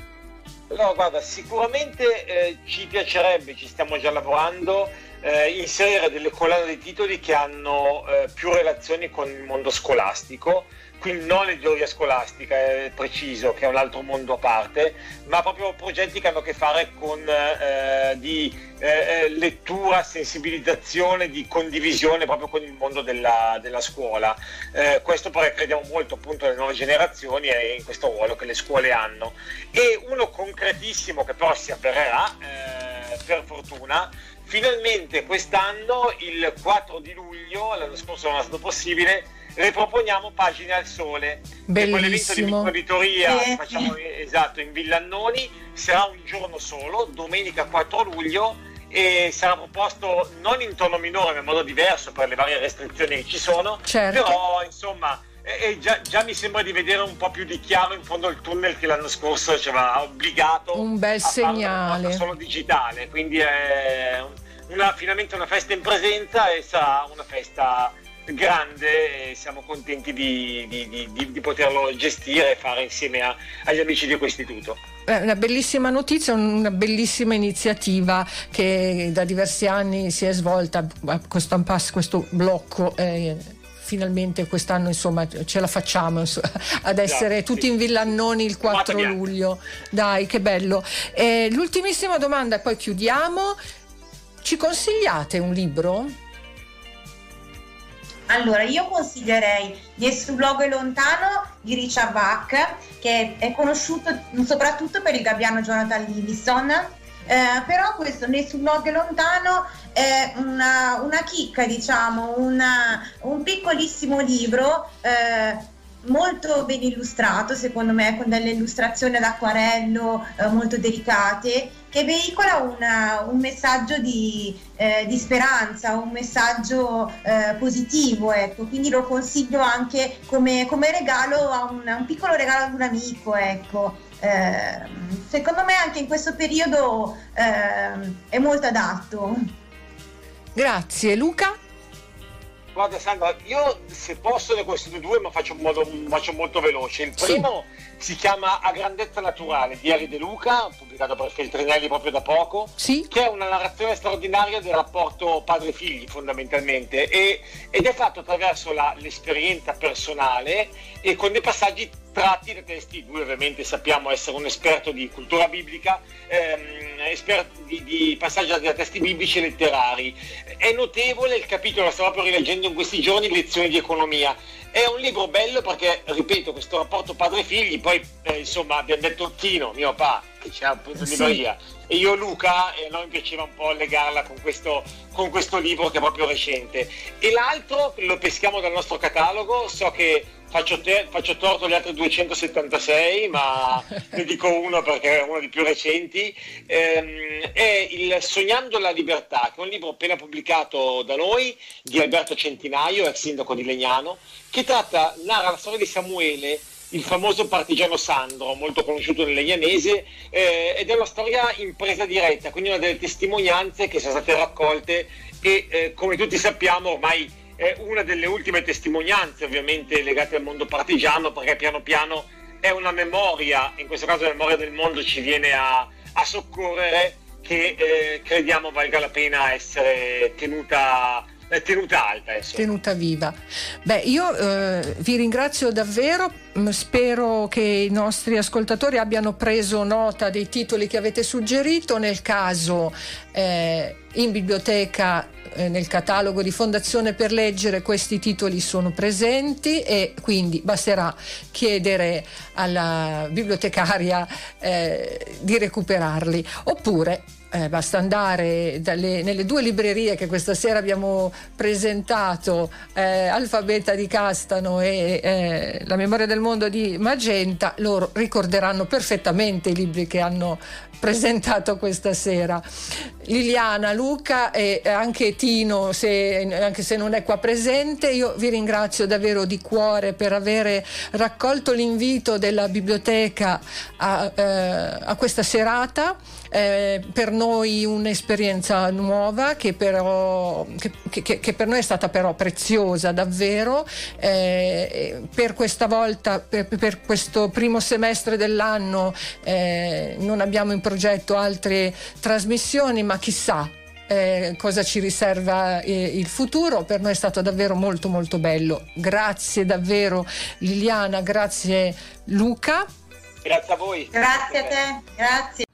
No, guarda, sicuramente eh, ci piacerebbe, ci stiamo già lavorando, eh, inserire delle collane di titoli che hanno eh, più relazioni con il mondo scolastico, quindi non l'editoria scolastica, è preciso, che è un altro mondo a parte, ma proprio progetti che hanno a che fare con eh, di eh, lettura, sensibilizzazione, di condivisione proprio con il mondo della, della scuola. Eh, questo perché crediamo molto appunto nelle nuove generazioni e in questo ruolo che le scuole hanno. E uno concretissimo che però si avvererà, eh, per fortuna, finalmente quest'anno, il quattro di luglio, l'anno scorso non è stato possibile, riproponiamo Pagine al Sole. Bellissimo. Che con l'evento di microeditoria sì. facciamo esatto in Villa Annoni, sarà un giorno solo, domenica quattro luglio, e sarà proposto non in tono minore ma in modo diverso per le varie restrizioni che ci sono, certo. Però insomma e già, già mi sembra di vedere un po' più di chiaro in fondo il tunnel che l'anno scorso ci aveva obbligato un bel a segnale solo digitale, quindi è una, finalmente una festa in presenza e sarà una festa grande e siamo contenti di, di, di, di poterlo gestire e fare insieme a, agli amici di questo istituto. È una bellissima notizia, una bellissima iniziativa che da diversi anni si è svolta, questo, questo blocco eh, finalmente quest'anno insomma ce la facciamo ad essere yeah, tutti sì. in Villa Annoni il quattro luglio. Dai, che bello. Eh, l'ultimissima domanda e poi chiudiamo. Ci consigliate un libro? Allora, io consiglierei Nessun luogo è lontano di Richard Bach, che è conosciuto soprattutto per il gabbiano Jonathan Livingston, eh, però questo Nessun luogo è lontano è una, una chicca, diciamo, una, un piccolissimo libro eh, molto ben illustrato, secondo me, con delle illustrazioni ad acquarello eh, molto delicate, che veicola una, un messaggio di, eh, di speranza, un messaggio eh, positivo, ecco. Quindi lo consiglio anche come, come regalo, a un, un piccolo regalo ad un amico, ecco. Eh, secondo me anche in questo periodo eh, è molto adatto. Grazie. Luca? Guarda Sandra, io se posso ne consiglio due, ma faccio, modo, faccio molto veloce. Il primo sì. si chiama A grandezza naturale di Eri De Luca, pubblicato per Feltrinelli proprio da poco, sì. che è una narrazione straordinaria del rapporto padre-figli fondamentalmente, e, ed è fatto attraverso la, l'esperienza personale e con dei passaggi tratti da testi. Lui ovviamente sappiamo essere un esperto di cultura biblica, ehm, esperto di, di passaggi da testi biblici e letterari. È notevole il capitolo, lo stavo proprio rileggendo in questi giorni, Lezioni di economia. È un libro bello perché, ripeto, questo rapporto padre-figli, poi eh, insomma abbiamo detto Tino, mio papà, che c'è appunto in libreria, sì. e io Luca, e a noi mi piaceva un po' legarla con questo, con questo libro che è proprio recente. E l'altro lo peschiamo dal nostro catalogo, so che faccio, te, faccio torto agli altri duecentosettantasei, ma ne dico uno perché è uno dei più recenti, ehm, è il Sognando la libertà, che è un libro appena pubblicato da noi, di Alberto Centinaio, ex sindaco di Legnano, che tratta, narra la storia di Samuele, il famoso partigiano Sandro, molto conosciuto nel legnanese, eh, ed è una storia in presa diretta, quindi una delle testimonianze che sono state raccolte e eh, come tutti sappiamo ormai è una delle ultime testimonianze ovviamente legate al mondo partigiano, perché piano piano è una memoria, in questo caso la memoria del mondo ci viene a, a soccorrere, che eh, crediamo valga la pena essere tenuta tenuta alta, insomma. Tenuta viva. Beh, io eh, vi ringrazio davvero, spero che i nostri ascoltatori abbiano preso nota dei titoli che avete suggerito. Nel caso eh, in biblioteca, eh, nel catalogo di Fondazione per Leggere, questi titoli sono presenti e quindi basterà chiedere alla bibliotecaria eh, di recuperarli, oppure Eh, basta andare dalle, nelle due librerie che questa sera abbiamo presentato, eh, Alfabeta di Castano e eh, La memoria del mondo di Magenta. Loro ricorderanno perfettamente i libri che hanno presentato questa sera. Liliana, Luca e anche Tino, se, anche se non è qua presente, io vi ringrazio davvero di cuore per avere raccolto l'invito della biblioteca a, eh, a questa serata. Eh, per noi un'esperienza nuova che però che, che, che per noi è stata però preziosa davvero. Eh, per questa volta, per, per questo primo semestre dell'anno eh, non abbiamo in progetto altre trasmissioni, ma chissà Eh, cosa ci riserva eh, il futuro. Per noi è stato davvero molto molto bello. Grazie davvero Liliana, grazie Luca. Grazie a voi. Grazie a te, grazie.